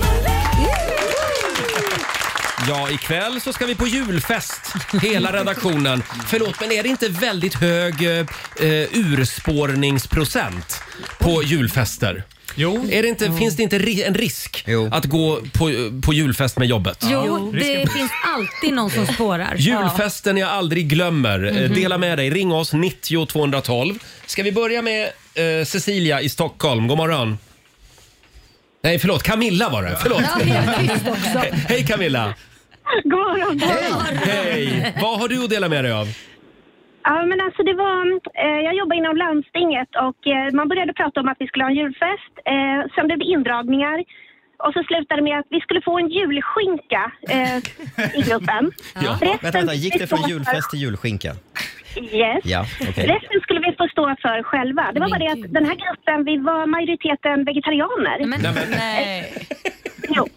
Ja, ikväll så ska vi på julfest, hela redaktionen. Förlåt, men är det inte väldigt hög eh, urspårningsprocent på julfester? Jo. Är det inte, mm. Finns det inte ri- en risk jo. att gå på, på julfest med jobbet? Jo, det finns alltid någon som spårar. Julfesten jag aldrig glömmer. Mm-hmm. Dela med dig. Ring oss nittio tvåhundratolv. Ska vi börja med eh, Cecilia i Stockholm. God morgon. Nej, förlåt. Camilla var det. Förlåt. Ja, He- Hej Camilla. God morgon. Hej. Hej. Vad har du att dela med dig av? Ja, men alltså det var, eh, jag jobbar inom landstinget och eh, man började prata om att vi skulle ha en julfest. Eh, sen blev det indragningar och så slutade det med att vi skulle få en julskinka eh, i gruppen. Ja. Vänta, vänta, gick det från julfest till julskinka? Yes. Ja, okay. Resten skulle vi få stå för själva. Det var bara det att den här gruppen, vi var majoriteten vegetarianer. Men, nej, men. nej. Jo.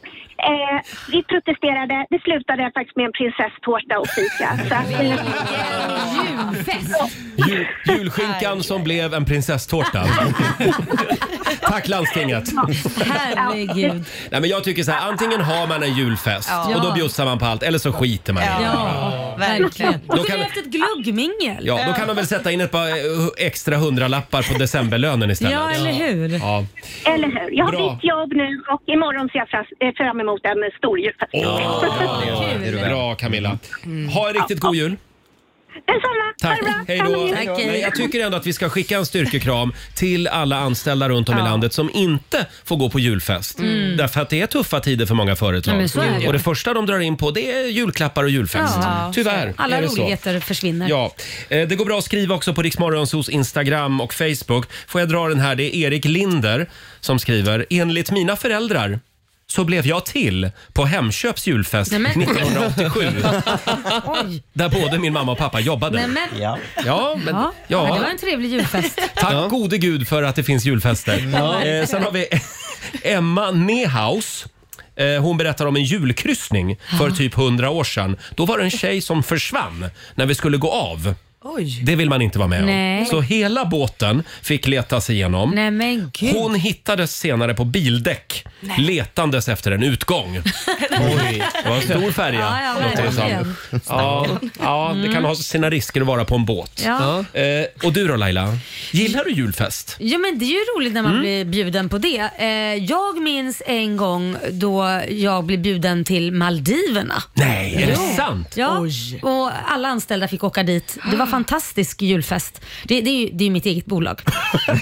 Eh, vi protesterade. Det slutade faktiskt med en prinsesstårta och fika. Så att, eh, julfest! Jul, julskinkan som blev en prinsesstårta. Tack landstinget. Herregud. Nej, men jag tycker så här, antingen har man en julfest Ja. och då bjussar man på allt, eller så skiter man i det. Ja, verkligen. Då Då kan kan vi vi- haft ett gluggmingel. Ja, då kan de väl sätta in ett par eh, extra hundralappar på decemberlönen istället. Ja, eller hur? Ja. eller hur? Jag har Bra. bytt jobb nu och imorgon ser jag fram, eh, fram emot en stor julfest. Ja, bra Camilla. Ha en riktigt god jul. Detsamma. Tack. Ha det bra. Hej Ta hand då. om er. Tack, hej. Men jag tycker ändå att vi ska skicka en styrkekram till alla anställda runt om i landet som inte får gå på julfest. Därför att det är tuffa tider för många företag. Nej, men så är det. Och det första de drar in på, det är julklappar och julfest. Ja. Tyvärr Alla är det så. roligheter försvinner. Ja, eh, det går bra att skriva också på Riksmorgonsos Instagram och Facebook. Får jag dra den här? Det är Erik Linder som skriver: enligt mina föräldrar så blev jag till på Hemköps julfest Nej, men- nittonhundraåttiosju. Oj. Där både min mamma och pappa jobbade. Nej, men, Ja. Ja, men, ja. Ja, ja. det var en trevlig julfest. Tack gode gud för att det finns julfester. Eh, sen har vi Emma Nehaus. Eh, hon berättar om en julkryssning för typ hundra år sedan. Då var det en tjej som försvann när vi skulle gå av. Oj. Det vill man inte vara med om. Nej. Så hela båten fick letas igenom. Nej men gud. Hon hittades senare på bildäck letandes efter en utgång. Oj, det var en stor färja. Ja, ja, låter det som. verkligen. Ja, ja, det kan ha sina risker att vara på en båt. Ja. Eh, och du då Laila? Gillar du julfest? Ja men det är ju roligt när man blir bjuden på det. Eh, jag minns en gång då jag blev bjuden till Maldiverna. Nej, är det Jo. sant? Ja, och alla anställda fick åka dit. Det var fantastisk julfest. Det, det är ju det är ju mitt eget bolag. Ja,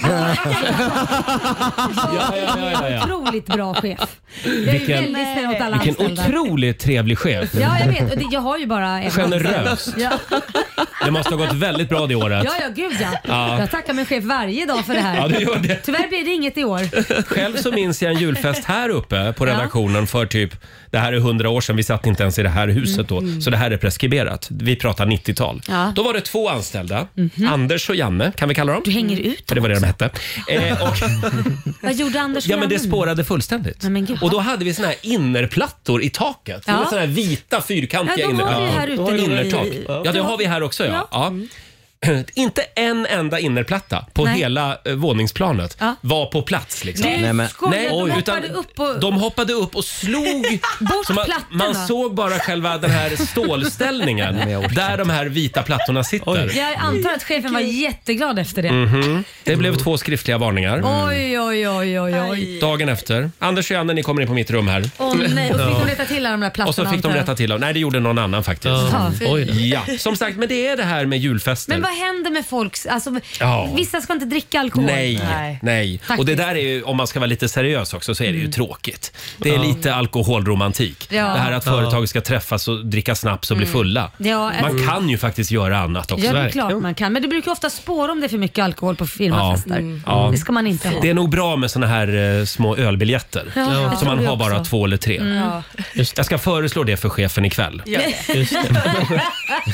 ja, ja, ja, ja. Otroligt bra chef. Jag är Vilken- väldigt snäll mot alla Vilken anställda. otroligt trevlig chef. Ja, jag vet. Och det, jag har ju bara en Generös. Ja. Det måste ha gått väldigt bra det året. Ja, ja, gud ja. Ja. Jag tackar min chef varje dag för det här. Ja, det gör det. Tyvärr blir det inget i år. Själv så minns jag en julfest här uppe på redaktionen för typ, det här är hundra år sedan, vi satt inte ens i det här huset då, så det här är preskriberat. Vi pratar nittiotal. Ja. Då var det två anställda, Anders och Janne kan vi kalla dem. Du hänger ut För det var det de hette. Eh, och, Vad gjorde Anders ja men det Janne? spårade fullständigt. Nej, men gud. Och då hade vi såna här innerplattor i taket. Det Ja. var såna här vita fyrkantiga Ja, de har vi inner- här ute i- innertak. i- Ja, det har vi här också ja. ja. Inte en enda innerplatta på Nej. hela eh, våningsplanet Ja. var på plats. Liksom. Du Nej, men- skojar, de hoppade utan upp och- de hoppade upp och slog. Bort så man, plattorna. man såg bara själva den här stålställningen där de här vita plattorna sitter. Jag antar att chefen var jätteglad efter det. Mhm. Det blev två skriftliga varningar. Oj, oj, oj, oj, oj. Dagen efter. Anders och Janne, ni kommer in på mitt rum här. Åh nej, och så fick Ja. de rätta till alla de där plattorna. Och så fick de antar jag. rätta till dem. Nej, det gjorde någon annan faktiskt. Ja. Oj då. Ja, som sagt, men det är det här med julfester. Men vad händer med folk? Alltså, Ja. vissa ska inte dricka alkohol. Nej, nej. Och det där är ju, om man ska vara lite seriös också, så är det ju tråkigt. Det är Ja. lite alkoholromantik. Ja. Det här att Ja. företag ska träffas och dricka snaps och bli Mm. fulla. Ja, Man alltså- kan ju faktiskt göra annat också. Ja, det är klart man kan. Men det brukar ofta spåra om det är för mycket alkohol på firmafester. Mm. Ja. Det ska man inte ha. Det är nog bra med såna här eh, små ölbiljetter. Ja, jag så tror man det har bara också. två eller tre. Mm. Ja. Jag ska föreslå det för chefen ikväll. Just det.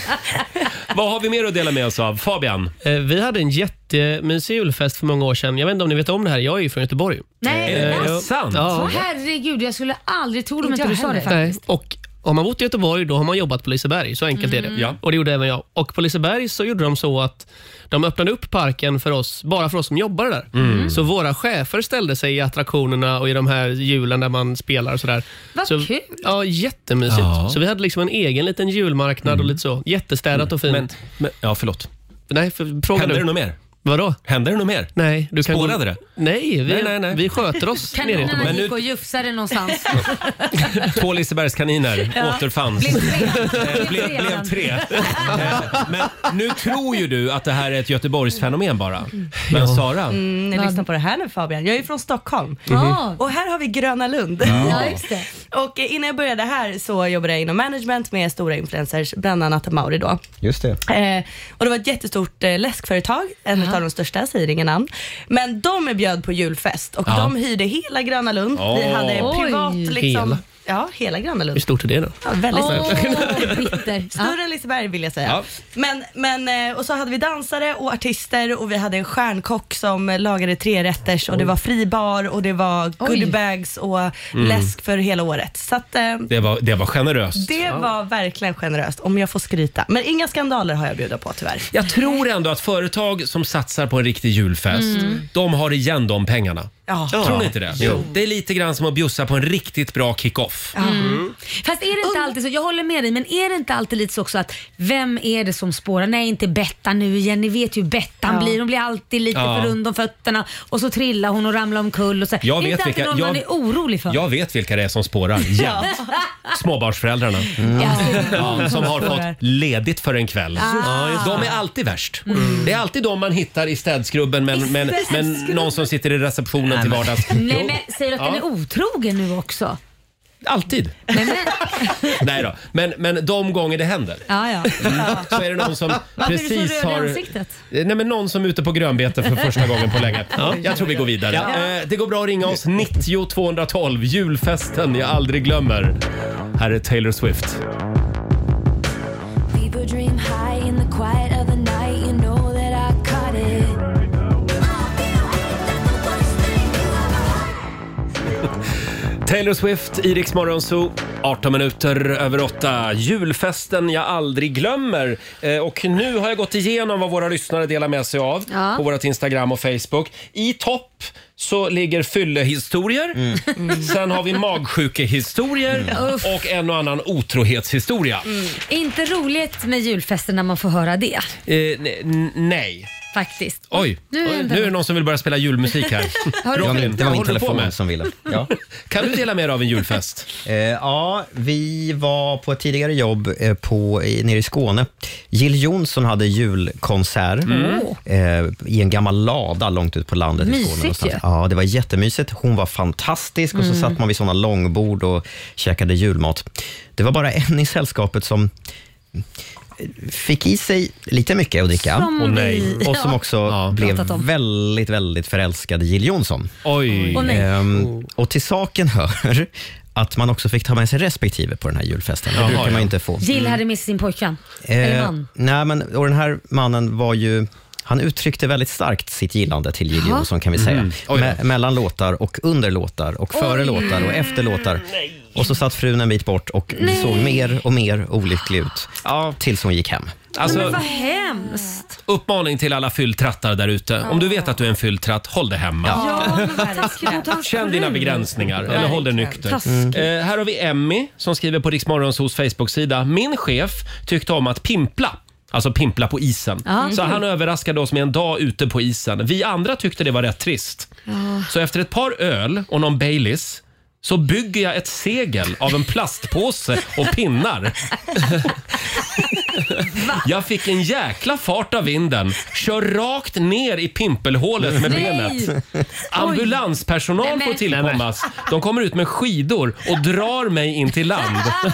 Vad har vi mer att dela med oss av? Fabian? Eh, Vi hade en jättemysig julfest för många år sedan. Jag vet inte om ni vet om det här. Jag är ju från Göteborg. Nej, Eh, är det jag- sant? Ja. Så herregud, jag skulle aldrig tro det om Inte inte du jag sa det heller. faktiskt. Nej. Och om man bott i Göteborg då har man jobbat på Liseberg. Så enkelt är det. Mm. Ja. Och det gjorde även jag. Och på Liseberg så gjorde de så att de öppnade upp parken för oss, bara för oss som jobbar där. Mm. Så våra chefer ställde sig i attraktionerna och i de här hjulen där man spelar och sådär. Vad så, kul. Ja, jättemysigt. Ja. Så vi hade liksom en egen liten julmarknad och lite så. Jättestädat och fint. Men, men, ja, förlåt. Nej, för, fråga Hände du. det något mer? Vadå? Hände det något mer? Nej, du kan Spårade gå... det? Nej, vi, Nej, nej, nej. vi sköter oss nere i Kaninerna Göteborg. Men nu- gick och jufsade någonstans. Två Lisebergskaniner Ja. återfanns. Blev tre. Eh, blev, blev tre. Eh, Men nu tror ju du att det här är ett Göteborgsfenomen bara. Men Sara? Mm, ni lyssnar på det här nu Fabian. Jag är från Stockholm. Ja. Och här har vi Gröna Lund. Ja, just det. Och eh, innan jag började här så jobbade jag inom management med stora influencers, bland annat Mauri då. Just det. Eh, och det var ett jättestort eh, läskföretag, en av de största, säger inga namn. Men de bjöd på julfest och Ja. de hyrde hela Gröna Lund. Vi Åh. hade privat Oj. liksom, Ja, hela Gröna Lund. Hur stort är det då? Ja, väldigt Åh, stort. bitter. Större än Liseberg vill jag säga. Ja. Men, men, och så hade vi dansare och artister och vi hade en stjärnkock som lagade tre rätters och det var fribar och det var goodiebags och Mm. läsk för hela året. Så att, eh, Det var, det var generöst. det var verkligen generöst om jag får skryta. Men inga skandaler har jag bjudit på tyvärr. Jag tror ändå att företag som satsar på en riktig julfest, Mm. de har igen de pengarna. Ja. Tror ni inte det? Jo. Det är lite grann som att bjussa på en riktigt bra kick-off. Mm. Fast är det inte alltid så, jag håller med dig, men är det inte alltid lite så också att vem är det som spårar? Nej, inte Bettan nu igen. Ni vet ju hur Bettan Ja. blir. Hon blir alltid lite Ja. för rund om fötterna och så trillar hon och ramlar omkull. Och så. Jag det är vet inte alltid vilka- någon man jag- är orolig för. Jag vet vilka det är som spårar. Ja. Småbarnsföräldrarna. Ja, som har fått ledigt för en kväll. Ah. De är alltid värst. Mm. Det är alltid de man hittar i städskrubben men, I men, men städskrubben? någon som sitter i receptionen till vardags. Nej, men säger du att Ja. den är otrogen nu också? Alltid. Nej, men... Nej då. Men, men de gånger det händer Ja, ja. så är det någon som Varför är du så precis röd i har... ansiktet? Nej, men någon som är ute på grönbete för första gången på länge. Jag tror vi går vidare. Ja. Eh, det går bra att ringa oss nittio tvåhundratolv. Julfesten jag aldrig glömmer. Här är Taylor Swift. People dream high in the quiet of the night. You know that I caught it. Taylor Swift, i Rix Morgon Zoo, arton minuter över åtta. Julfesten jag aldrig glömmer. Eh, och nu har jag gått igenom vad våra lyssnare delar med sig av Ja. på vårt Instagram och Facebook. I topp så ligger fyllehistorier. Mm. Sen har vi magsjukehistorier Mm. och en och annan otrohetshistoria. Inte roligt med julfesten när man får höra det, Eh, n- nej. faktiskt. Oj, Nu nu är är, det- nu är det någon som vill börja spela julmusik här. Har du- Robin, Det var vad min håller du på telefon med? som ville. Ja. Kan du dela med dig av en julfest? Eh, ja, vi var på ett tidigare jobb eh, på, i, nere i Skåne. Jill Johnson hade julkonsert Mm. eh, i en gammal lada långt ut på landet i Skåne. Mysigt någonstans. ju. Ja, det var jättemysigt. Hon var fantastisk och så Mm. satt man vid sådana långbord och käkade julmat. Det var bara en i sällskapet som fick i sig lite mycket att dricka. Som Åh, nej. vi- Och som ja. också blev pratat om. väldigt, väldigt förälskad i Jill Johnson. Oj. Åh, nej. Ehm, och till saken hör att man också fick ta med sig respektive på den här julfesten. Det Jaha, brukar man ja. inte få. Jill hade med sig sin pojkvän. Eller Eh, man. nej, men och den här mannen var ju... Han uttryckte väldigt starkt sitt gillande till Jill Jaha. Johnson kan vi säga. Mm. Oj då. Me- mellan låtar och under låtar och före Oj. låtar och efter låtar. Och så satt frun en bit bort och Nej. såg mer och mer olycklig ut. Ja. Tills hon gick hem. Men Alltså, vad hemskt. uppmaning till alla fylltrattar där ute. Om du vet att du är en fylltratt, håll det hemma. Ja, men vad taskigt mot hans Känn fru. dina begränsningar, eller håll dig nykter. Taskigt. Eh, här har vi Emmy som skriver på Riksmorgonsos Facebook-sida. Min chef tyckte om att pimpla. Alltså pimpla på isen. Ja. Så han överraskade oss med en dag ute på isen. Vi andra tyckte det var rätt trist. Ja. Så efter ett par öl och någon Baileys så bygger jag ett segel av en plastpåse och pinnar. Jag fick en jäkla fart av vinden. Kör rakt ner i pimpelhålet med Nej. benet. Ambulanspersonal Nej, men- får tillkommas. De kommer ut med skidor och drar mig in till land.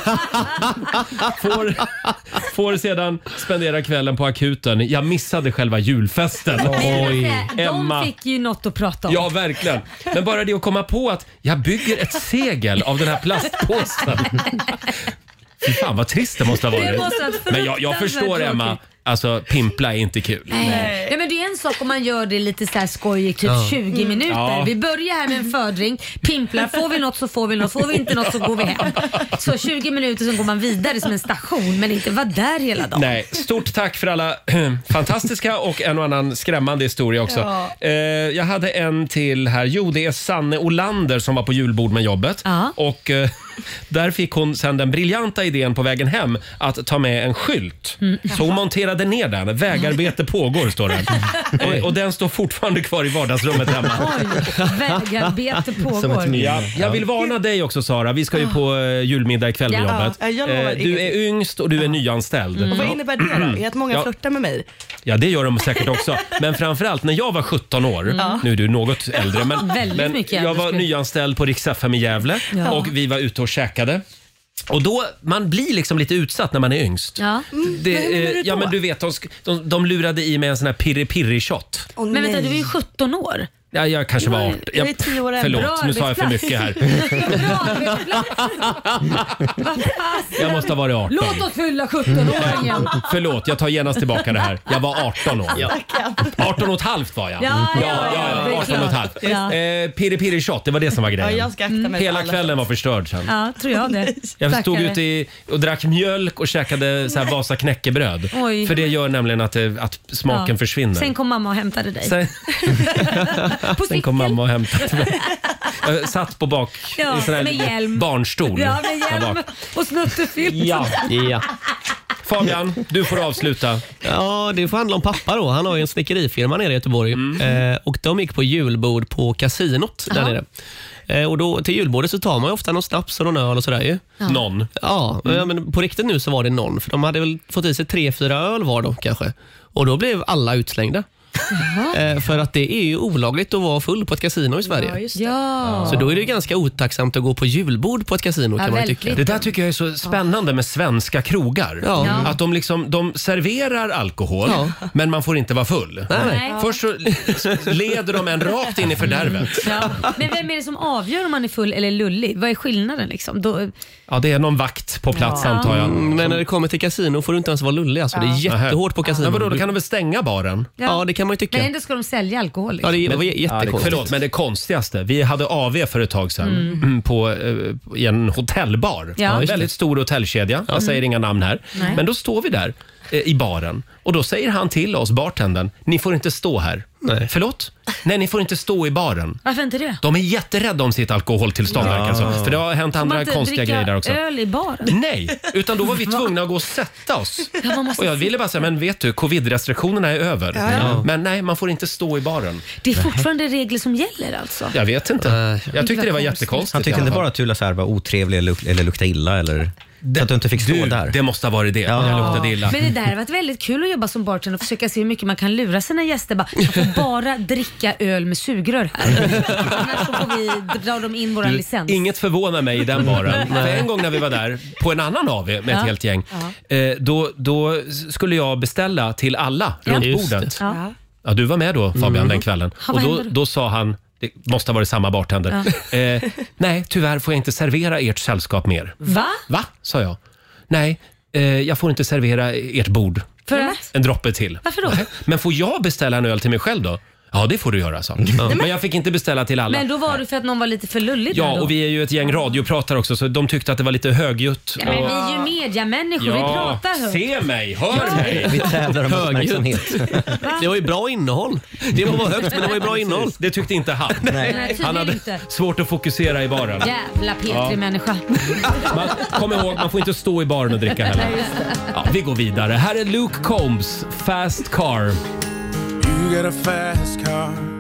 Får, får sedan spendera kvällen på akuten. Jag missade själva julfesten. Oj. De Emma. fick ju något att prata om. Ja, verkligen. Men bara det att komma på att jag bygger ett segel av den här plastpåsen. Fy fan vad trist det måste ha Det varit. måste ha varit Men jag, jag fruktansvärt förstår Emma, tråkigt. alltså pimpla är inte kul. Nej. Ja, men det är en sak om man gör det lite så här skojigt, typ Ja. tjugo minuter. Ja. Vi börjar här med en fördrink, pimplar, får vi något så får vi något, får vi inte något så går vi hem. Så tjugo minuter, sen går man vidare som en station, men inte vara där hela dagen. Nej, stort tack för alla fantastiska och en och annan skrämmande historia också. Ja. Eh, jag hade en till här. Jo, det är Sanne Olander som var på julbord med jobbet. Ja. Och eh, där fick hon sen den briljanta idén på vägen hem att ta med en skylt. Mm. Så hon monterade ner den. Vägarbete pågår, står det. Eh, och den står fortfarande kvar i vardagsrummet hemma. Oj, vägarbete pågår. Ja, jag vill varna dig också, Sara. Vi ska ju på eh, julmiddag ikväll med Ja, jobbet. ja, jag lovar Eh, du är yngst och du är nyanställd. Och vad innebär det då? Är det att många Ja. flörtar med mig? Ja, det gör de säkert också. Men framförallt när jag var sjutton år, Ja. nu är du något äldre, men, Väldigt men mycket jag äldre var skulle- nyanställd på Rix F M i Gävle Ja. och vi var ute och käkade. Och då, man blir liksom lite utsatt när man är yngst. Ja. Det, Men hur menar eh, du ja då? men du vet, de, sk- de, de lurade i mig en sån här pirri-pirri-shot. Men vänta, du är ju sjutton år. Ja, jag kanske var arton. Jag är tio år äldre. Förlåt, nu sa jag för mycket här. Jag måste ha varit arton. Låt oss fylla sjutton-åringen. Förlåt, jag tar genast tillbaka det här. Jag var arton år. Ja. arton och ett halvt var jag. Ja, ja, ja, ja, ja, arton och ett halvt. Ja. Eh, Piri Piri Shot, det var det som var grejen. Ja, jag ska akta mig. Hela kvällen var förstörd sen. Ja, tror jag det. Jag stod Stackare. ute i, och drack mjölk och käkade så här Vasa knäckebröd. Oj. För det gör nämligen att, det, att smaken Ja. försvinner. Sen kom mamma och hämtade dig. Sen, På sen kom mamma och hämtade mig. Jag satt på bak Ja, i sån här med hjälm. barnstol. Ja, med där hjälm bak. och snuttefilt. Ja, ja. Fabian, du får avsluta. Ja, det får handla om pappa då. Han har ju en snickerifirma nere i Göteborg. Mm. Eh, och de gick på julbord på kasinot där Jaha. nere. Eh, och då, till julbordet så tar man ju ofta någon snaps och någon öl och sådär ju. Ja. Någon. Ja, Mm. men på riktigt nu så var det någon. För de hade väl fått i sig tre, fyra öl var då kanske. Och då blev alla utslängda. Eh, för att det är ju olagligt att vara full på ett kasino i Sverige. Ja, just det. Ja. Så då är det ganska otacksamt att gå på julbord på ett kasino, Ja, kan man ju väldigt. tycka. Det där tycker jag är så spännande med svenska krogar. Ja. Ja. Att de, liksom, de serverar alkohol, Ja. men man får inte vara full. Nej. Först så leder de en rakt in i fördärvet. Ja. Men vem är det som avgör om man är full eller lullig? Vad är skillnaden liksom? Då... Ja, det är någon vakt på plats Ja. antar jag. Mm, men när det kommer till kasino får du inte ens vara lullig. Alltså. Det är jättehårt på kasino. Men vadå, då kan de väl stänga baren? Ja, det kan man ju tycka. Men ändå ska de sälja alkohol. Ja, Liksom. det var Ja, jättekonstigt. förlåt, men det konstigaste. Vi hade A V för ett tag sedan mm. på eh, i en hotellbar. Ja. En väldigt stor hotellkedja. Jag säger inga namn här. Nej. Men då står vi där eh, i baren och då säger han till oss, bartendern, ni får inte stå här. Nej. Förlåt? Nej, ni får inte stå i baren. Varför inte det? De är jätterädda om sitt alkoholtillstånd, Ja. verkar som. För det har hänt Får andra man inte konstiga dricka grejer där också. öl i baren? Nej, utan då var vi tvungna att gå och sätta oss. Ja, man måste Och jag ville bara säga, men vet du, covid-restriktionerna är över. Ja, ja. Men nej, man får inte stå i baren. Det är fortfarande regler som gäller alltså? Jag vet inte. Jag tyckte det var jättekonstigt. Han tyckte i alla inte fall. bara att Ulla så här var otrevlig eller, luk- eller luktade illa eller så att du inte fick stå Du, där. det måste ha varit det. Ja. Jag luktade illa. Men det där har varit väldigt kul att jobba som bartender och försöka se hur mycket man kan lura sina gäster. Bara, jag får bara dricka öl med sugrör här. Annars så får vi dra dem in våran Du, licens. inget förvånar mig i den baren. För en gång när vi var där på en annan A V med ett Ja. helt gäng, eh, då, då skulle jag beställa till alla Ja. runt Just bordet. Ja. Ja, du var med då Fabian Mm. den kvällen. Ja, Och vad då, hände då? då sa han, det måste ha varit samma bartender. Eh, nej, tyvärr får jag inte servera ert sällskap mer. Va? Va? Sa jag. Nej, eh, jag får inte servera ert bord. För att? En droppe till. Varför då? Nej. Men får jag beställa en öl till mig själv då? Ja, det får du göra, så. Men jag fick inte beställa till alla. Men då var det för att någon var lite för lullig Ja, där då? och vi är ju ett gäng radiopratare också, så de tyckte att det var lite högljutt. Ja, men och... vi är ju mediamänniskor, vi pratar högt. se mig, hör mig! Vi tävlar om uppmärksamhet. Det var ju bra innehåll. Det må vara högt, men det var ju bra innehåll. Det tyckte inte han. Nej, Han tydligen hade inte. svårt att fokusera i baren. Jävla P tre-människa. Man, kom ihåg, man får inte stå i baren och dricka heller. Ja, vi går vidare. Här är Luke Combs, Fast Car. You got a fast car.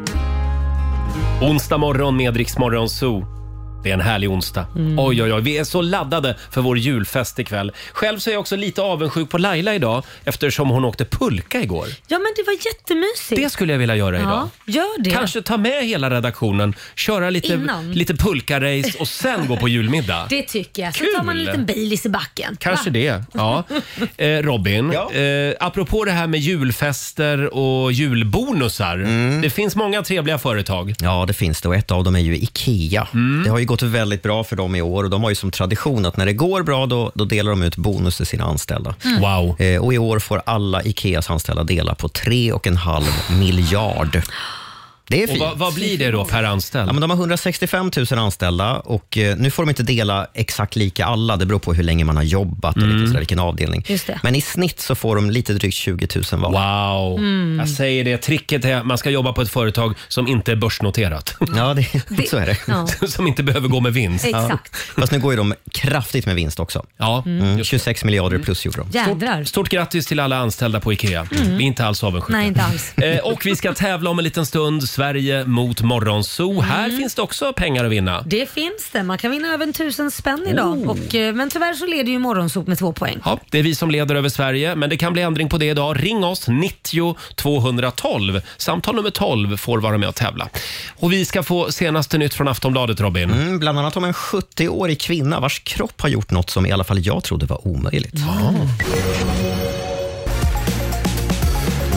Onsdag morgon med Rix Morgon Zoo. Det är en härlig onsdag. Mm. Oj, oj, oj. Vi är så laddade för vår julfest ikväll. Själv så är jag också lite avundsjuk på Laila idag eftersom hon åkte pulka igår. Ja, men det var jättemysigt. Det skulle jag vilja göra idag. Ja, gör det. Kanske ta med hela redaktionen, köra lite, Innan. lite pulka-race och sen gå på julmiddag. Det tycker jag. Så Kul. tar man en liten bilis i backen. Kanske Va? det, ja. Eh, Robin, eh, apropå det här med julfester och julbonusar. Det finns många trevliga företag. Ja, det finns det och ett av dem är ju IKEA. Det har ju gått väldigt bra för dem i år och de har ju som tradition att när det går bra då, då delar de ut bonus till sina anställda. Mm. Wow. Eh, och i år får alla IKEAs anställda dela på tre och en halv miljard. Det är Och fint. vad, vad blir det då per anställd? Ja, men de har hundrasextiofem tusen anställda och eh, nu får de inte dela exakt lika alla. Det beror på hur länge man har jobbat och lite sådär, vilken avdelning. Just det. Men i snitt så får de lite drygt tjugo tusen var. Wow. Mm. Jag säger det, tricket är att man ska jobba på ett företag som inte är börsnoterat. Ja, det, så är det. Ja. Som inte behöver gå med vinst. Exakt. Fast nu går ju de kraftigt med vinst också. Ja, Mm, tjugosex miljarder plus gjorde de. Jädrar. Stort grattis till alla anställda på IKEA. Vi är inte alls avundsjuka. Nej, inte alls. Eh, och vi ska tävla om en liten stund. Sverige mot Morgonzoo. Här Mm. finns det också pengar att vinna. Det finns det. Man kan vinna över en tusen spänn idag. Oh. Och, eh, men tyvärr så leder ju Morgonzoo med två poäng. Ja, det är vi som leder över Sverige, men det kan bli ändring på det idag. Ring oss, nittio tvåhundratolv. Samtal nummer tolv får vara med och tävla. Och vi ska få senaste nytt från Aftonbladet, Robin. Mm, bland annat om en sjuttioårig kvinna vars kropp har gjort något som i alla fall jag trodde var omöjligt. Ah. Vi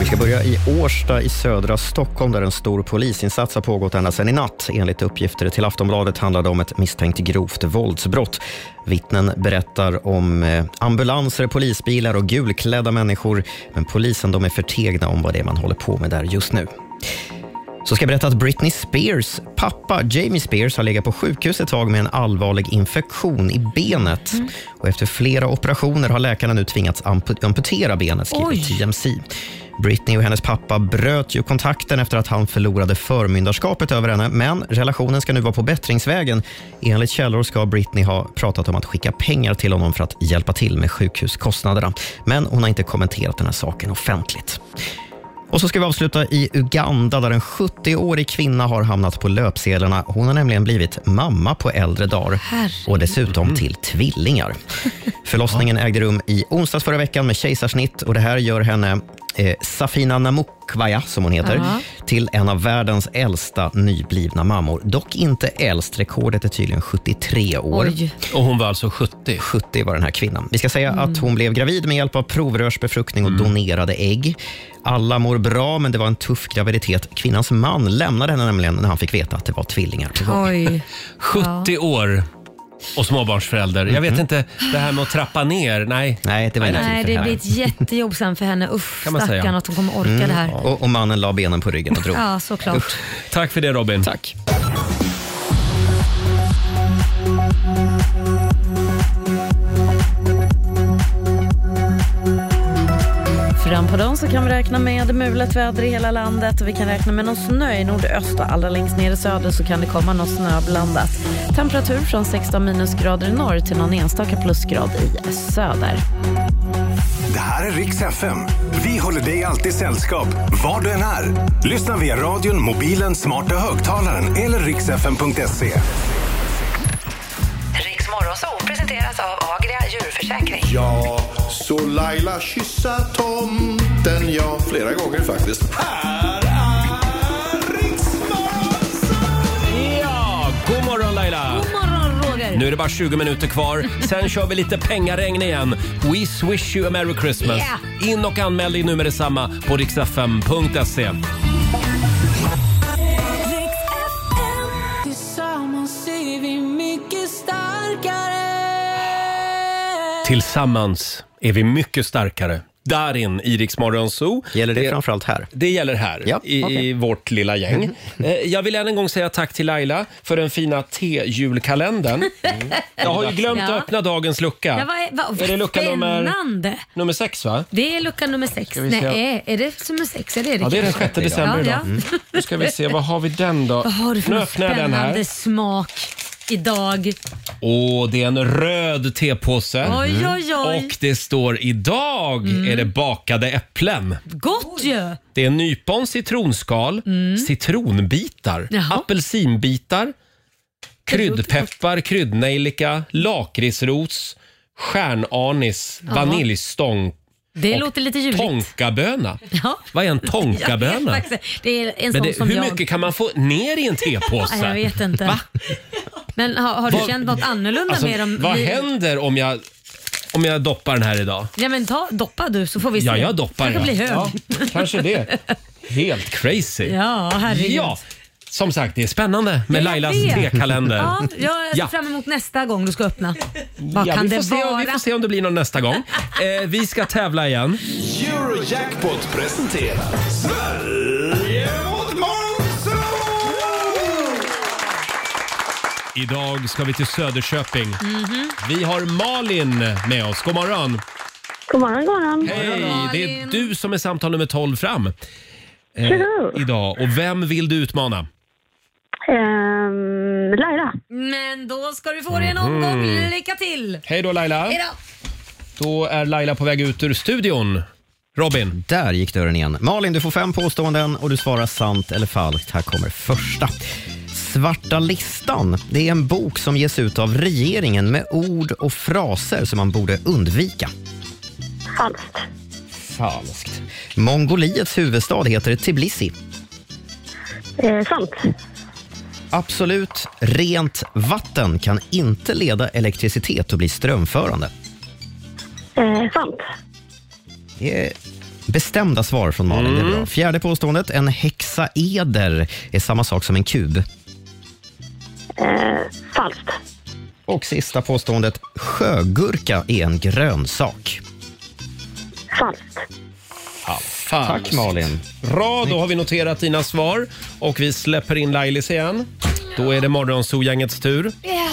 ska börja i Årsta i södra Stockholm där en stor polisinsats har pågått ända sedan i natt. Enligt uppgifter till Aftonbladet handlar det om ett misstänkt grovt våldsbrott. Vittnen berättar om eh, ambulanser, polisbilar och gulklädda människor. Men polisen de är förtegna om vad det är man håller på med där just nu. Så ska jag berätta att Britney Spears pappa Jamie Spears har legat på sjukhus ett tag med en allvarlig infektion i benet. Mm. Och efter flera operationer har läkarna nu tvingats ampu- amputera benet, skriver T M C. Britney och hennes pappa bröt ju kontakten efter att han förlorade förmyndarskapet över henne, men relationen ska nu vara på bättringsvägen. Enligt källor ska Britney ha pratat om att skicka pengar till honom för att hjälpa till med sjukhuskostnaderna. Men hon har inte kommenterat den här saken offentligt. Och så ska vi avsluta i Uganda där en sjuttioårig kvinna har hamnat på löpsedlarna. Hon har nämligen blivit mamma på äldre dagar och dessutom till tvillingar. Förlossningen ägde rum i onsdags förra veckan med kejsarsnitt och det här gör henne eh, Safina Namukwaya som hon heter uh-huh. till en av världens äldsta nyblivna mammor. Dock inte äldst, rekordet är tydligen sjuttiotre år. Oj. Och hon var alltså sjuttio? sjuttio var den här kvinnan. Vi ska säga mm. att hon blev gravid med hjälp av provrörsbefruktning och mm. donerade ägg. Alla mår bra, men det var en tuff graviditet. Kvinnans man lämnade henne nämligen när han fick veta att det var tvillingar. Oj. sjuttio år och småbarnsförälder. Mm-hmm. Jag vet inte, det här med att trappa ner, nej. Nej, det var inte Nej, det blir ett jättejobb sen för henne. Uff, kan man säga. Stackarn att hon kommer orka mm. det här. Och, och mannen la benen på ryggen och drog. Ja, såklart. Uff. Tack för det, Robin. Tack. Fram på dagen så kan vi räkna med mulet väder i hela landet och vi kan räkna med någon snö i nordöst och allra längst ner i söder så kan det komma någon snö blandat. Temperatur från sexton minusgrader i norr till någon enstaka plusgrad i söder. Det här är Rix F M. Vi håller dig alltid sällskap, var du än är. Lyssna via radion, mobilen, smarta högtalaren eller riks f m punkt se. Rix Morgonzoo presenteras av Agria djurförsäkring. Ja, så Laila kyssa tomten, ja, flera gånger faktiskt. Här är Rix Morgonzoo! Ja, god morgon Laila! God morgon Roger! Nu är det bara tjugo minuter kvar, sen kör vi lite pengaregn igen. We wish you a merry Christmas. Yeah. In och anmäl dig nu med detsamma på riks f m punkt se. Tillsammans är vi mycket starkare. Darin i Rix Morgonzoo. Gäller det, det framförallt här? Det gäller här, ja, i, okay. i vårt lilla gäng. Jag vill än en gång säga tack till Laila för den fina te-julkalendern. Mm. Jag har ju glömt ja. att öppna dagens lucka. Ja, vad, vad, är det lucka nummer, nummer sex, va? Det är lucka nummer sex. Nej, är det nummer sex? Är det det ja, det är den sjätte december idag. Ja, ja. Mm. Nu ska vi se, vad har vi den då? Vad har du för nu öppnar den här. Smak idag? Åh, det är en röd tepåse. Oj, oj, oj. Och det står idag mm. är det bakade äpplen. Gott ju! Ja. Det är nypon citronskal, mm. citronbitar, Jaha. apelsinbitar, kryddpeppar, kryddnejlika, lakritsrots, stjärnanis, ja. vaniljstång. Det låter lite juligt. Tonkaböna. Ja. Vad är en tonkaböna? Det är en sån Men det, som hur jag... mycket kan man få ner i en tepåse? Jag vet inte. Va? Men har, har du vad, känt något annorlunda alltså, med dem? Vad vi... händer om jag, om jag doppar den här idag? Ja, men ta, doppa du så får vi se. Ja, jag doppar. Kanske blir hög. Ja, kanske det. Helt crazy. Ja, herregud. Ja. Som sagt, det är spännande med Lailas tekalender. Ja, jag ser ja. fram emot nästa gång du ska öppna. Vad ja, kan vi, det får vara? Se, vi får se om det blir någon nästa gång. Eh, vi ska tävla igen. Eurojackpot presenterar Sverige mot Monzo! Idag ska vi till Söderköping. Mm-hmm. Vi har Malin med oss. God morgon. God morgon, god morgon. Hej, det är du som är samtal nummer tolv fram. Eh, idag. Och vem vill du utmana? Um, Laila. Men då ska du få dig en omgång. Mm. Lycka till. Hej då Laila. Hej då. Då är Laila på väg ut ur studion. Robin. Där gick dörren igen. Malin, du får fem påståenden och du svarar sant eller falskt. Här kommer första. Svarta listan, det är en bok som ges ut av regeringen med ord och fraser som man borde undvika. Falskt. Falskt. Mongoliets huvudstad heter Tbilisi. Eh, sant. Absolut rent vatten kan inte leda elektricitet och bli strömförande. Eh, sant. Det är Bestämda svar från Malin, det är bra. Fjärde påståendet, en hexaeder är samma sak som en kub. Eh, falskt. Och sista påståendet, sjögurka är en grönsak. Falskt. Ja, Tack Malin. Bra, då har vi noterat dina svar och vi släpper in Lailis igen. Då är det Morgonzoo-gängets tur.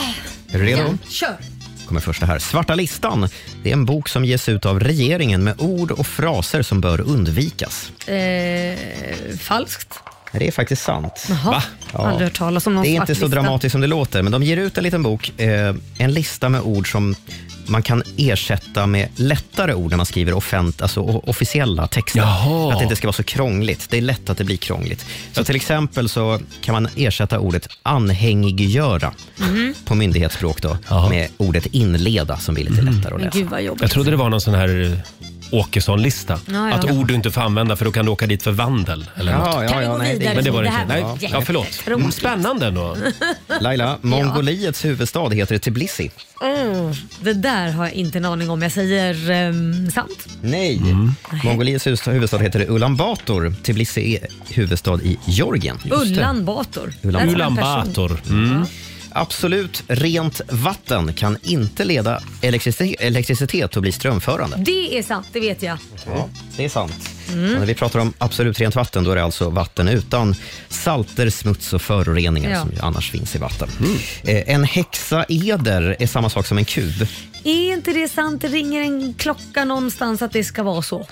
Är du redo? Ja, kör. Kommer första här. Svarta listan. Det är en bok som ges ut av regeringen med ord och fraser som bör undvikas. Eh, falskt. Det är faktiskt sant. Jaha, Va? aldrig hört talas om någon Det är svart inte så lista. dramatiskt som det låter, men de ger ut en liten bok, eh, en lista med ord som man kan ersätta med lättare ord när man skriver offent, alltså o- officiella texter. Jaha. Att det inte ska vara så krångligt. Det är lätt att det blir krångligt. Så till exempel så kan man ersätta ordet anhängiggöra Mhm. på myndighetsspråk då, med ordet inleda som blir lite lättare att Men läsa. gud vad jobbigt. Jag trodde det var någon sån här eh, Åkesson-lista. Ja, ja. Att ord du inte får använda för då kan du åka dit för vandel. Eller Ja, något. ja, Kan vi ja, gå nej, det- vidare? Men det var det Det här inte. Nej, var ja, förlåt. roligt. Spännande ändå. Laila, Mongoliets huvudstad heter Tbilisi. Mm, det där har jag inte en aning om. Jag säger um, sant. Nej. Mongoliets huvudstad, huvudstad heter Ulan Bator. Tbilisi är huvudstad i Georgien. Ulan Bator. Ulan, Ulan Bator. Mm. Absolut rent vatten kan inte leda elektricitet, elektricitet och bli strömförande. Det är sant, det vet jag. Ja, det är sant. Mm. Och när vi pratar om absolut rent vatten, då är det alltså vatten utan salter, smuts och föroreningar Ja. som ju annars finns i vatten. Eh, en hexaeder är samma sak som en kub. Är inte det sant? Det ringer en klocka någonstans att det ska vara så.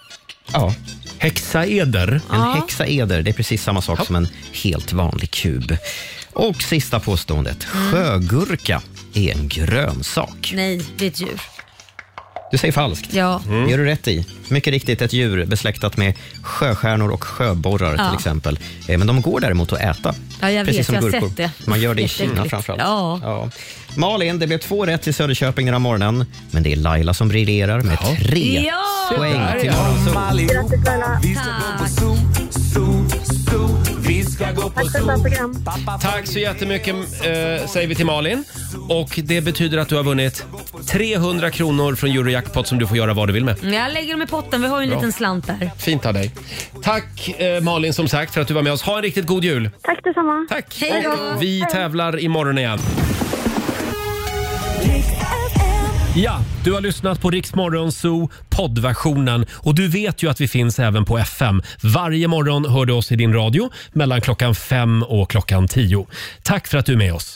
Ja. Hexaeder? En Ja. hexaeder, det är precis samma sak som en helt vanlig kub. Och sista påståendet. Mm. Sjögurka är en grönsak. Nej, det är ett djur. Du säger falskt. Ja. Det gör du rätt i. Mycket riktigt ett djur besläktat med sjöstjärnor och sjöborrar Ja. till exempel. Eh, Men de går däremot att äta. Ja, jag Precis vet, som jag har gurkor. sett det. Man gör det i Jätteäckligt. Kina framförallt. Ja. Ja. Malin, det blev två rätt i Söderköping den här morgonen. Men det är Laila som briljerar med tre Ja! poäng Där, till ja. Morgonzoo. Vi ska gå på zoo, zoo, zoo. Vi ska gå på zoo. Tack så jättemycket eh, säger vi till Malin. Och det betyder att du har vunnit trehundra kronor från Eurojackpot som du får göra vad du vill med. Jag lägger dem i potten, vi har ju en Bra. liten slant där. Fint av dig. Tack eh, Malin som sagt för att du var med oss. Ha en riktigt god jul. Tack detsamma. Tack. Hej då. Vi tävlar imorgon igen. Ja, du har lyssnat på Rix Morgonzoo poddversionen och du vet ju att vi finns även på F M. Varje morgon hör du oss i din radio mellan klockan fem och klockan tio. Tack för att du är med oss.